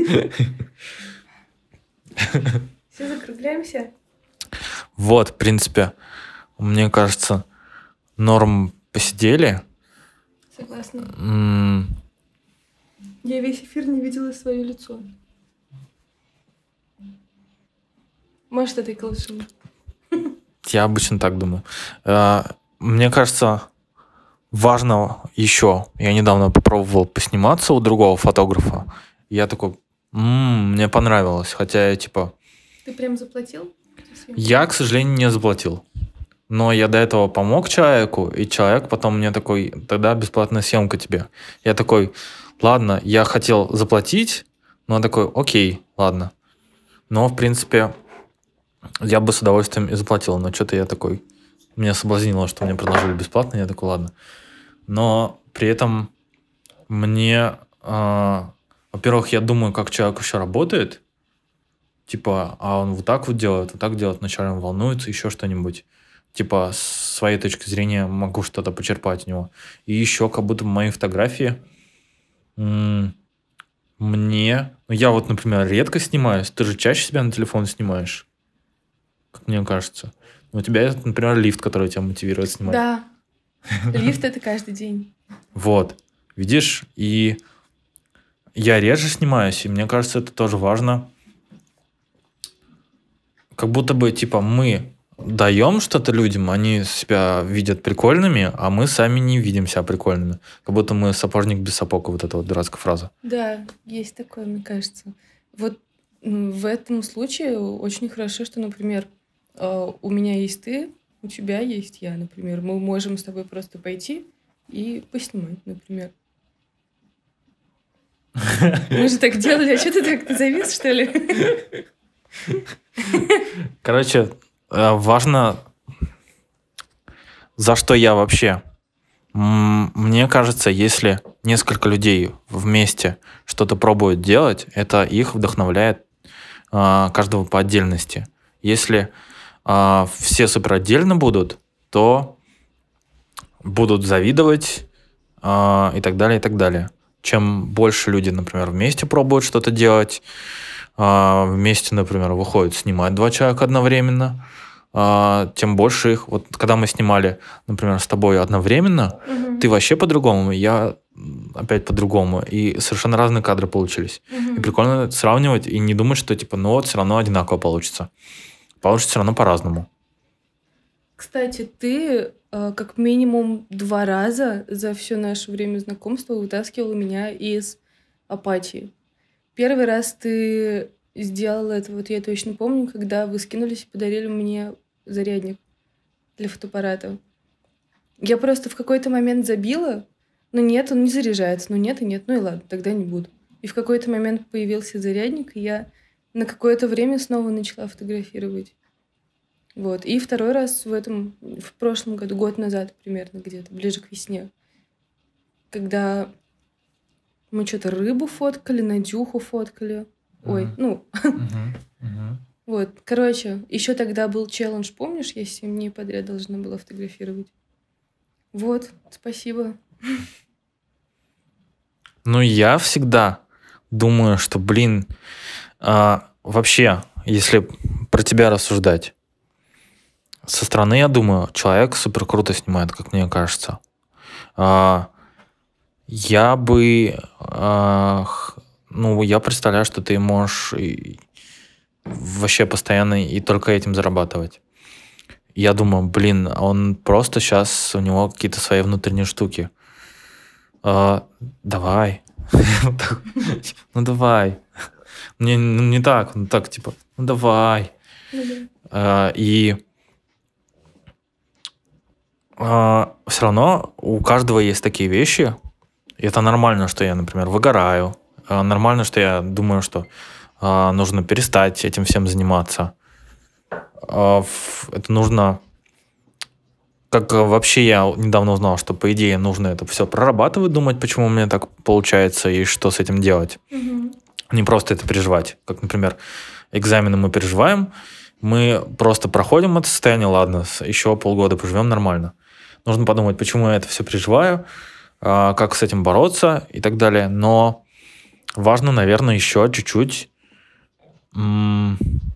Все, закругляемся.
Вот, в принципе, мне кажется, норм посидели.
Согласна.
М,
Я весь эфир не видела свое лицо. Может, это и к лучшему.
Я обычно так думаю. Э, Мне кажется, важно еще. Я недавно попробовал посниматься у другого фотографа. Я такой, «М, мне понравилось. Хотя я типа...
Ты прям заплатил?
Я, к сожалению, не заплатил. Но я до этого помог человеку, и человек потом мне такой, тогда бесплатная съемка тебе. Я такой, ладно, я хотел заплатить, но он такой, окей, ладно. Но, в принципе, я бы с удовольствием и заплатил, но что-то я такой, меня соблазнило, что мне предложили бесплатно, я такой, ладно. Но при этом мне, а, во-первых, я думаю, как человек вообще работает, типа, а он вот так вот делает, вот так делает, вначале он волнуется, еще что-нибудь. Типа, с своей точки зрения могу что-то почерпать у него. И еще как будто мои фотографии м, мне... Ну, я вот, например, редко снимаюсь. Ты же чаще себя на телефон снимаешь, как мне кажется. У тебя есть, например, лифт, который тебя мотивирует снимать.
Да. Лифт — это каждый день.
Вот. Видишь? И я реже снимаюсь, и мне кажется, это тоже важно. Как будто бы, типа, мы даем что-то людям, они себя видят прикольными, а мы сами не видим себя прикольными. Как будто мы сапожник без сапог, вот эта вот дурацкая фраза.
Да, есть такое, мне кажется. Вот м, в этом случае очень хорошо, что, например, э, у меня есть ты, у тебя есть я, например. Мы можем с тобой просто пойти и поснимать, например. Мы же так делали, а что ты так, ты завис, что ли?
Короче, э, важно, за что я вообще. М, Мне кажется, если несколько людей вместе что-то пробуют делать, это их вдохновляет а, каждого по отдельности. Если а, все супер отдельно будут, то будут завидовать а, и так далее, и так далее. Чем больше люди, например, вместе пробуют что-то делать, а, вместе, например, выходят снимать два человека одновременно, а, тем больше их... Вот когда мы снимали, например, с тобой одновременно,
Мгм.
ты вообще по-другому, я м, опять по-другому. И совершенно разные кадры получились. И
Мгм.
прикольно сравнивать и не думать, что типа, ну вот, все равно одинаково получится. Получится все равно по-разному.
Кстати, ты э, как минимум два раза за все наше время знакомства вытаскивал меня из апатии. Первый раз ты сделал это, вот я точно помню, когда вы скинулись и подарили мне зарядник для фотоаппарата. Я просто в какой-то момент забила, ну нет, он не заряжается, ну нет и нет, ну и ладно, тогда не буду. И в какой-то момент появился зарядник, и я на какое-то время снова начала фотографировать. Вот. И второй раз в этом, в прошлом году, год назад примерно где-то, ближе к весне, когда мы что-то рыбу фоткали, Надюху фоткали. Ой,
Мгм.
ну,
Мгм. Мгм.
вот. Короче, еще тогда был челлендж, помнишь, я семь дней подряд должна была фотографировать. Вот, спасибо.
Ну, я всегда думаю, что, блин, а, вообще, если про тебя рассуждать, со стороны, я думаю, человек супер круто снимает, как мне кажется. А, я бы, а, х- ну, я представляю, что ты можешь и вообще постоянно и только этим зарабатывать. Я думаю, блин, он просто сейчас, у него какие-то свои внутренние штуки. А, давай. Вот так. Ну давай. Не, ну, не так, ну так, типа, ну давай.
Ну да.
А, и все равно у каждого есть такие вещи. И это нормально, что я, например, выгораю. А, Нормально, что я думаю, что а, нужно перестать этим всем заниматься. А, ф- Это нужно... Как а, вообще я недавно узнал, что, по идее, нужно это все прорабатывать, думать, почему у меня так получается и что с этим делать.
Мгм.
Не просто это переживать. Как, например, экзамены мы переживаем, мы просто проходим это состояние, ладно, с- еще полгода поживем нормально. Нужно подумать, почему я это все переживаю, а, как с этим бороться и так далее. Но важно, наверное, еще чуть-чуть... м,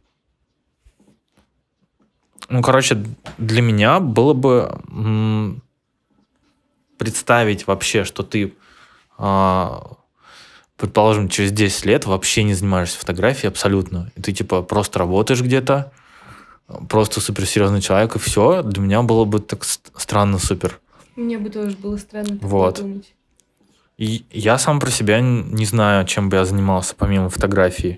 Ну, короче, для меня было бы м, представить вообще, что ты, а, предположим, через десять лет вообще не занимаешься фотографией абсолютно. И ты, типа, просто работаешь где-то, просто суперсерьезный человек, и все. Для меня было бы так ст- странно супер.
Мне бы тоже было странно такое
Вот.
думать.
И я сам про себя н- не знаю, чем бы я занимался помимо фотографии.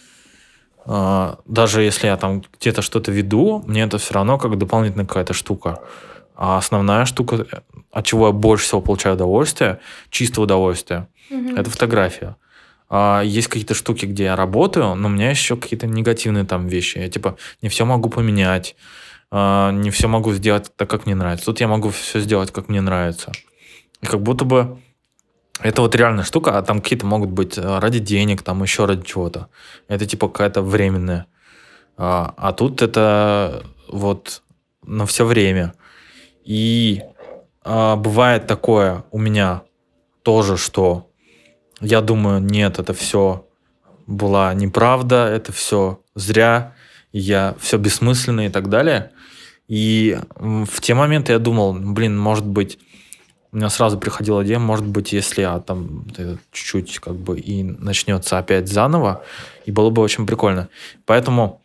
А, Даже если я там где-то что-то веду, мне это все равно как дополнительная какая-то штука. А основная штука, э, от чего я больше всего получаю удовольствие, чисто удовольствие,
Мгм.
это фотография. А есть какие-то штуки, где я работаю, но у меня еще какие-то негативные там вещи. Я типа не все могу поменять, а, не все могу сделать так, как мне нравится. Тут я могу все сделать, как мне нравится. И как будто бы это вот реальная штука, а там какие-то могут быть а, ради денег, там еще ради чего-то. Это типа какая-то временная. А, а тут это вот на все время. И а, бывает такое у меня тоже, что я думаю, нет, это все была неправда, это все зря, я все бессмысленно и так далее. И м, в те моменты я думал, блин, может быть, у меня сразу приходила идея, может быть, если я там э, чуть-чуть как бы и начнется опять заново, и было бы очень прикольно. Поэтому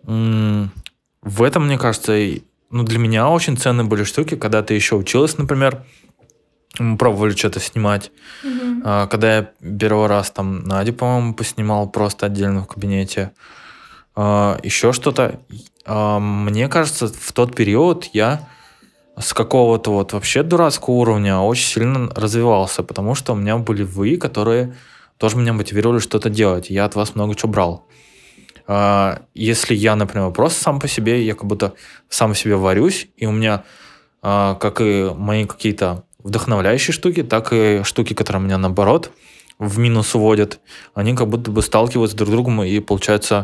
м, в этом, мне кажется, и- ну, для меня очень ценные были штуки, когда ты еще училась, например, мы пробовали что-то снимать.
Мгм.
А, Когда я первый раз там Надю, по-моему, поснимал просто отдельно в кабинете, а, еще что-то. А, Мне кажется, в тот период я с какого-то вот вообще дурацкого уровня очень сильно развивался, потому что у меня были вы, которые тоже меня мотивировали что-то делать. Я от вас много чего брал. А, Если я, например, просто сам по себе, я как будто сам в себе варюсь, и у меня а, как и мои какие-то вдохновляющие штуки, так и штуки, которые меня наоборот в минус уводят, они как будто бы сталкиваются друг с другом и получается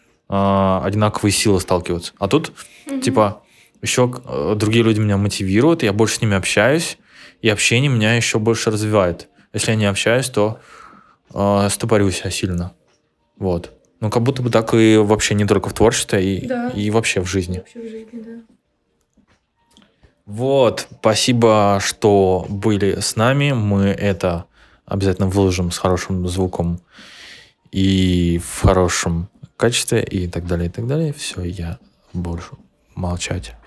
а, одинаковые силы сталкиваются. А тут
Мгм.
типа еще э, другие люди меня мотивируют, я больше с ними общаюсь, и общение меня еще больше развивает. Если я не общаюсь, то э, стопорюсь я сильно. Вот. Ну, как будто бы так и вообще не только в творчестве, и,
Да.
и вообще в жизни.
Вообще в жизни, да.
Вот, спасибо, что были с нами. Мы это обязательно выложим с хорошим звуком и в хорошем качестве и так далее, и так далее. Все, я больше молчать.